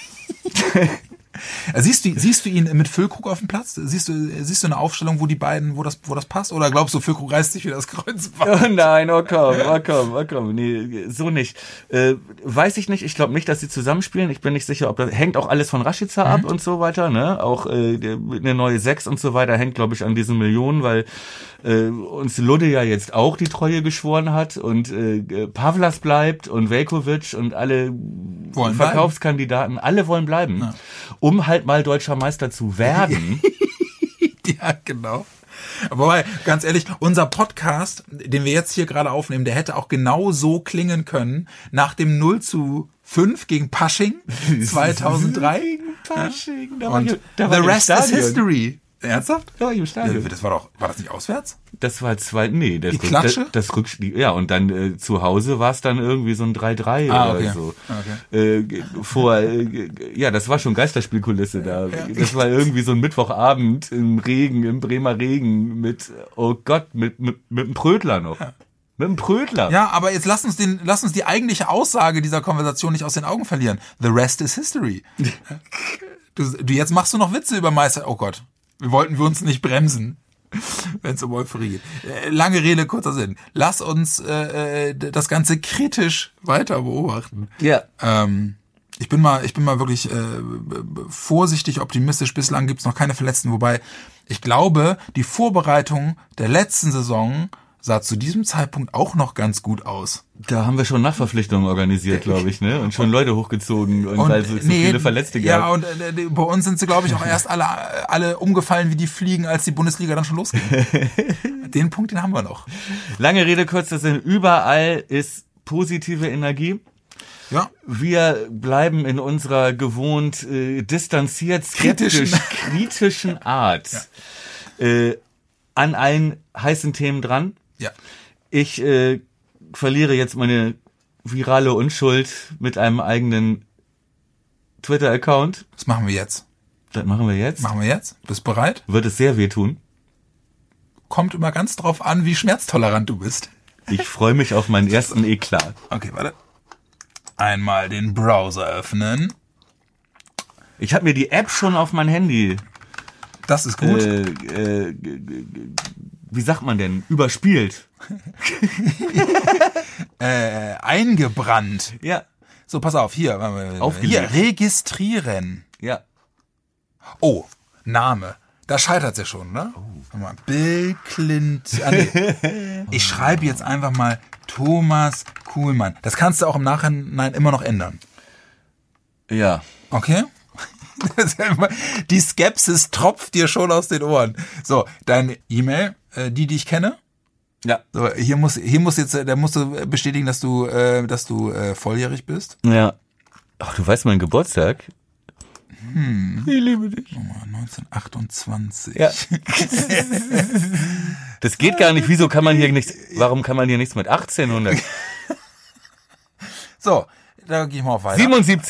Siehst du ihn mit Füllkrug auf dem Platz? Siehst du eine Aufstellung, wo die beiden, wo das passt? Oder glaubst du, Füllkrug reißt sich wieder das Kreuzband? Oh nein, oh komm. Nee, so nicht. Weiß ich nicht. Ich glaube nicht, dass sie zusammenspielen. Ich bin nicht sicher, ob das hängt auch alles von Rashica ab und so weiter, ne? Auch eine neue 6 und so weiter hängt, glaube ich, an diesen Millionen, weil uns Ludde ja jetzt auch die Treue geschworen hat und Pavlas bleibt und Veljković und alle wollen Verkaufskandidaten, alle wollen bleiben, Ja. um halt mal deutscher Meister zu werden. Ja, genau. Wobei, ganz ehrlich, unser Podcast, den wir jetzt hier gerade aufnehmen, der hätte auch genau so klingen können nach dem 0:5 gegen Pasching 2003. Gegen Pasching. Da Und da war the ich im rest is Stadion. history. Ernsthaft? Da war ich im Stadion. War das nicht auswärts? Das war Die Klatsche? das Rückspiel, ja, und dann zu Hause war es dann irgendwie so ein 3-3 okay. oder so. Okay. Ja, das war schon Geisterspielkulisse da. Das war irgendwie so ein Mittwochabend im Regen, im Bremer Regen mit, oh Gott, mit einem Prödler noch. Ja. Mit einem Prödler. Ja, aber jetzt lass uns die eigentliche Aussage dieser Konversation nicht aus den Augen verlieren. The rest is history. Du jetzt machst du noch Witze über Meister. Oh Gott. Wollten wir uns nicht bremsen, wenn es um Euphorie geht. Lange Rede, kurzer Sinn. Lass uns das Ganze kritisch weiter beobachten. Ja. Ich bin mal wirklich vorsichtig optimistisch. Bislang gibt's noch keine Verletzten, wobei ich glaube, die Vorbereitung der letzten Saison sah zu diesem Zeitpunkt auch noch ganz gut aus. Da haben wir schon Nachverpflichtungen organisiert, glaube ich, ne? Und schon Leute hochgezogen und weil es so viele Verletzte gab. Ja, und bei uns sind sie, glaube ich, auch erst alle umgefallen wie die Fliegen, als die Bundesliga dann schon losging. Den Punkt, den haben wir noch. Lange Rede, kurzer Sinn. Überall ist positive Energie. Ja. Wir bleiben in unserer gewohnt distanziert, skeptisch, kritischen Art an allen heißen Themen dran. Ja. Ich verliere jetzt meine virale Unschuld mit einem eigenen Twitter-Account. Das machen wir jetzt. Das machen wir jetzt. Bist bereit? Wird es sehr wehtun. Kommt immer ganz drauf an, wie schmerztolerant du bist. Ich freue mich auf meinen ersten Eklat. Okay, warte. Einmal den Browser öffnen. Ich habe mir die App schon auf mein Handy. Das ist gut. Wie sagt man denn? Überspielt. Eingebrannt. Ja. So, pass auf, hier. Aufgelegt. Hier, registrieren. Ja. Oh, Name. Da scheitert's ja schon, ne? Oh. Mal, Bill Clinton. Ich schreibe jetzt einfach mal Thomas Kuhlmann. Das kannst du auch im Nachhinein immer noch ändern. Ja. Okay? Die Skepsis tropft dir schon aus den Ohren. So, deine E-Mail, die ich kenne. Ja. So, hier muss jetzt, da musst du bestätigen, dass du volljährig bist. Ja. Ach, du weißt meinen Geburtstag? Ich liebe dich. 1928. Ja. Das geht gar nicht. Warum kann man hier nichts mit 1800? So, da gehe ich mal auf weiter.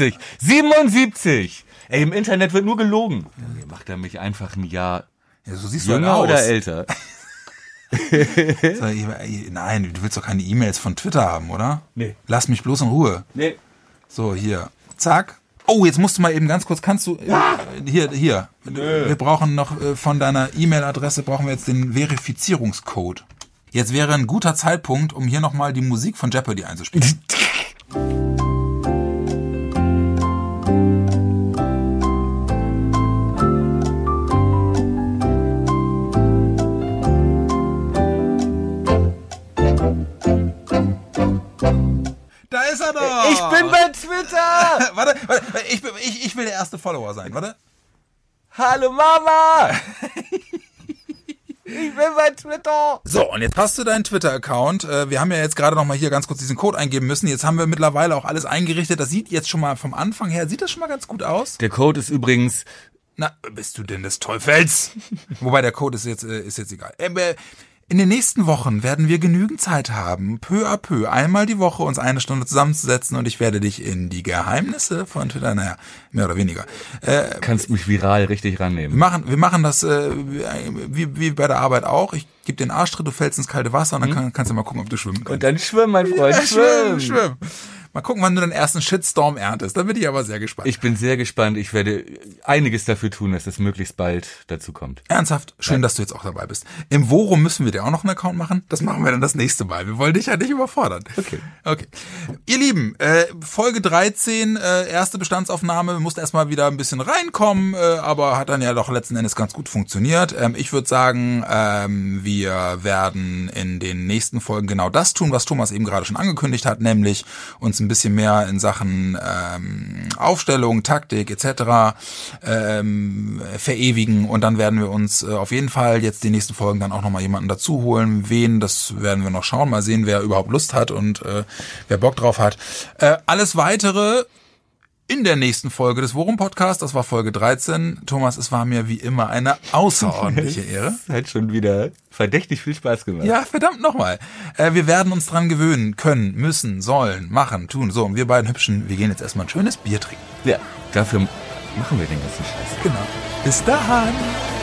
77! Ey, im Internet wird nur gelogen. Macht er mich einfach ein Jahr Ja, so siehst du jünger halt aus. oder älter? So, nein, du willst doch keine E-Mails von Twitter haben, oder? Nee. Lass mich bloß in Ruhe. Nee. So, hier. Zack. Oh, jetzt musst du mal eben ganz kurz, kannst du, hier. Nö. Wir brauchen noch von deiner E-Mail-Adresse, brauchen wir jetzt den Verifizierungscode. Jetzt wäre ein guter Zeitpunkt, um hier nochmal die Musik von Jeopardy einzuspielen. Twitter! Warte, ich will der erste Follower sein, warte. Hallo Mama! Ich bin bei Twitter. So, und jetzt hast du deinen Twitter-Account. Wir haben ja jetzt gerade noch mal hier ganz kurz diesen Code eingeben müssen. Jetzt haben wir mittlerweile auch alles eingerichtet. Das sieht jetzt schon mal vom Anfang her, sieht das schon mal ganz gut aus. Der Code ist übrigens... Na, bist du denn des Teufels? Wobei der Code ist jetzt egal. In den nächsten Wochen werden wir genügend Zeit haben, peu à peu, einmal die Woche uns eine Stunde zusammenzusetzen und ich werde dich in die Geheimnisse von Twitter, mehr oder weniger. Kannst mich viral richtig rannehmen. Wir machen das wie bei der Arbeit auch. Ich gebe dir einen Arschtritt, du fällst ins kalte Wasser und dann kannst du mal gucken, ob du schwimmen kannst. Und dann schwimm, mein Freund, ja, schwimm. Mal gucken, wann du den ersten Shitstorm erntest. Da bin ich aber sehr gespannt. Ich bin sehr gespannt. Ich werde einiges dafür tun, dass es möglichst bald dazu kommt. Ernsthaft? Schön, dass du jetzt auch dabei bist. Im Worum müssen wir dir auch noch einen Account machen? Das machen wir dann das nächste Mal. Wir wollen dich ja nicht überfordern. Okay. Ihr Lieben, Folge 13, erste Bestandsaufnahme. Wir mussten erstmal wieder ein bisschen reinkommen, aber hat dann ja doch letzten Endes ganz gut funktioniert. Ich würde sagen, wir werden in den nächsten Folgen genau das tun, was Thomas eben gerade schon angekündigt hat, nämlich uns ein bisschen mehr in Sachen Aufstellung, Taktik etc. Verewigen und dann werden wir uns auf jeden Fall jetzt die nächsten Folgen dann auch nochmal jemanden dazu holen. Wen, das werden wir noch schauen. Mal sehen, wer überhaupt Lust hat und wer Bock drauf hat. Alles Weitere in der nächsten Folge des Worum-Podcasts. Das war Folge 13. Thomas, es war mir wie immer eine außerordentliche Ehre. Es hat schon wieder verdächtig viel Spaß gemacht. Ja, verdammt nochmal. Wir werden uns dran gewöhnen, können, müssen, sollen, machen, tun. So, und wir beiden Hübschen, wir gehen jetzt erstmal ein schönes Bier trinken. Ja, dafür machen wir den ganzen Scheiß. Genau. Bis dahin.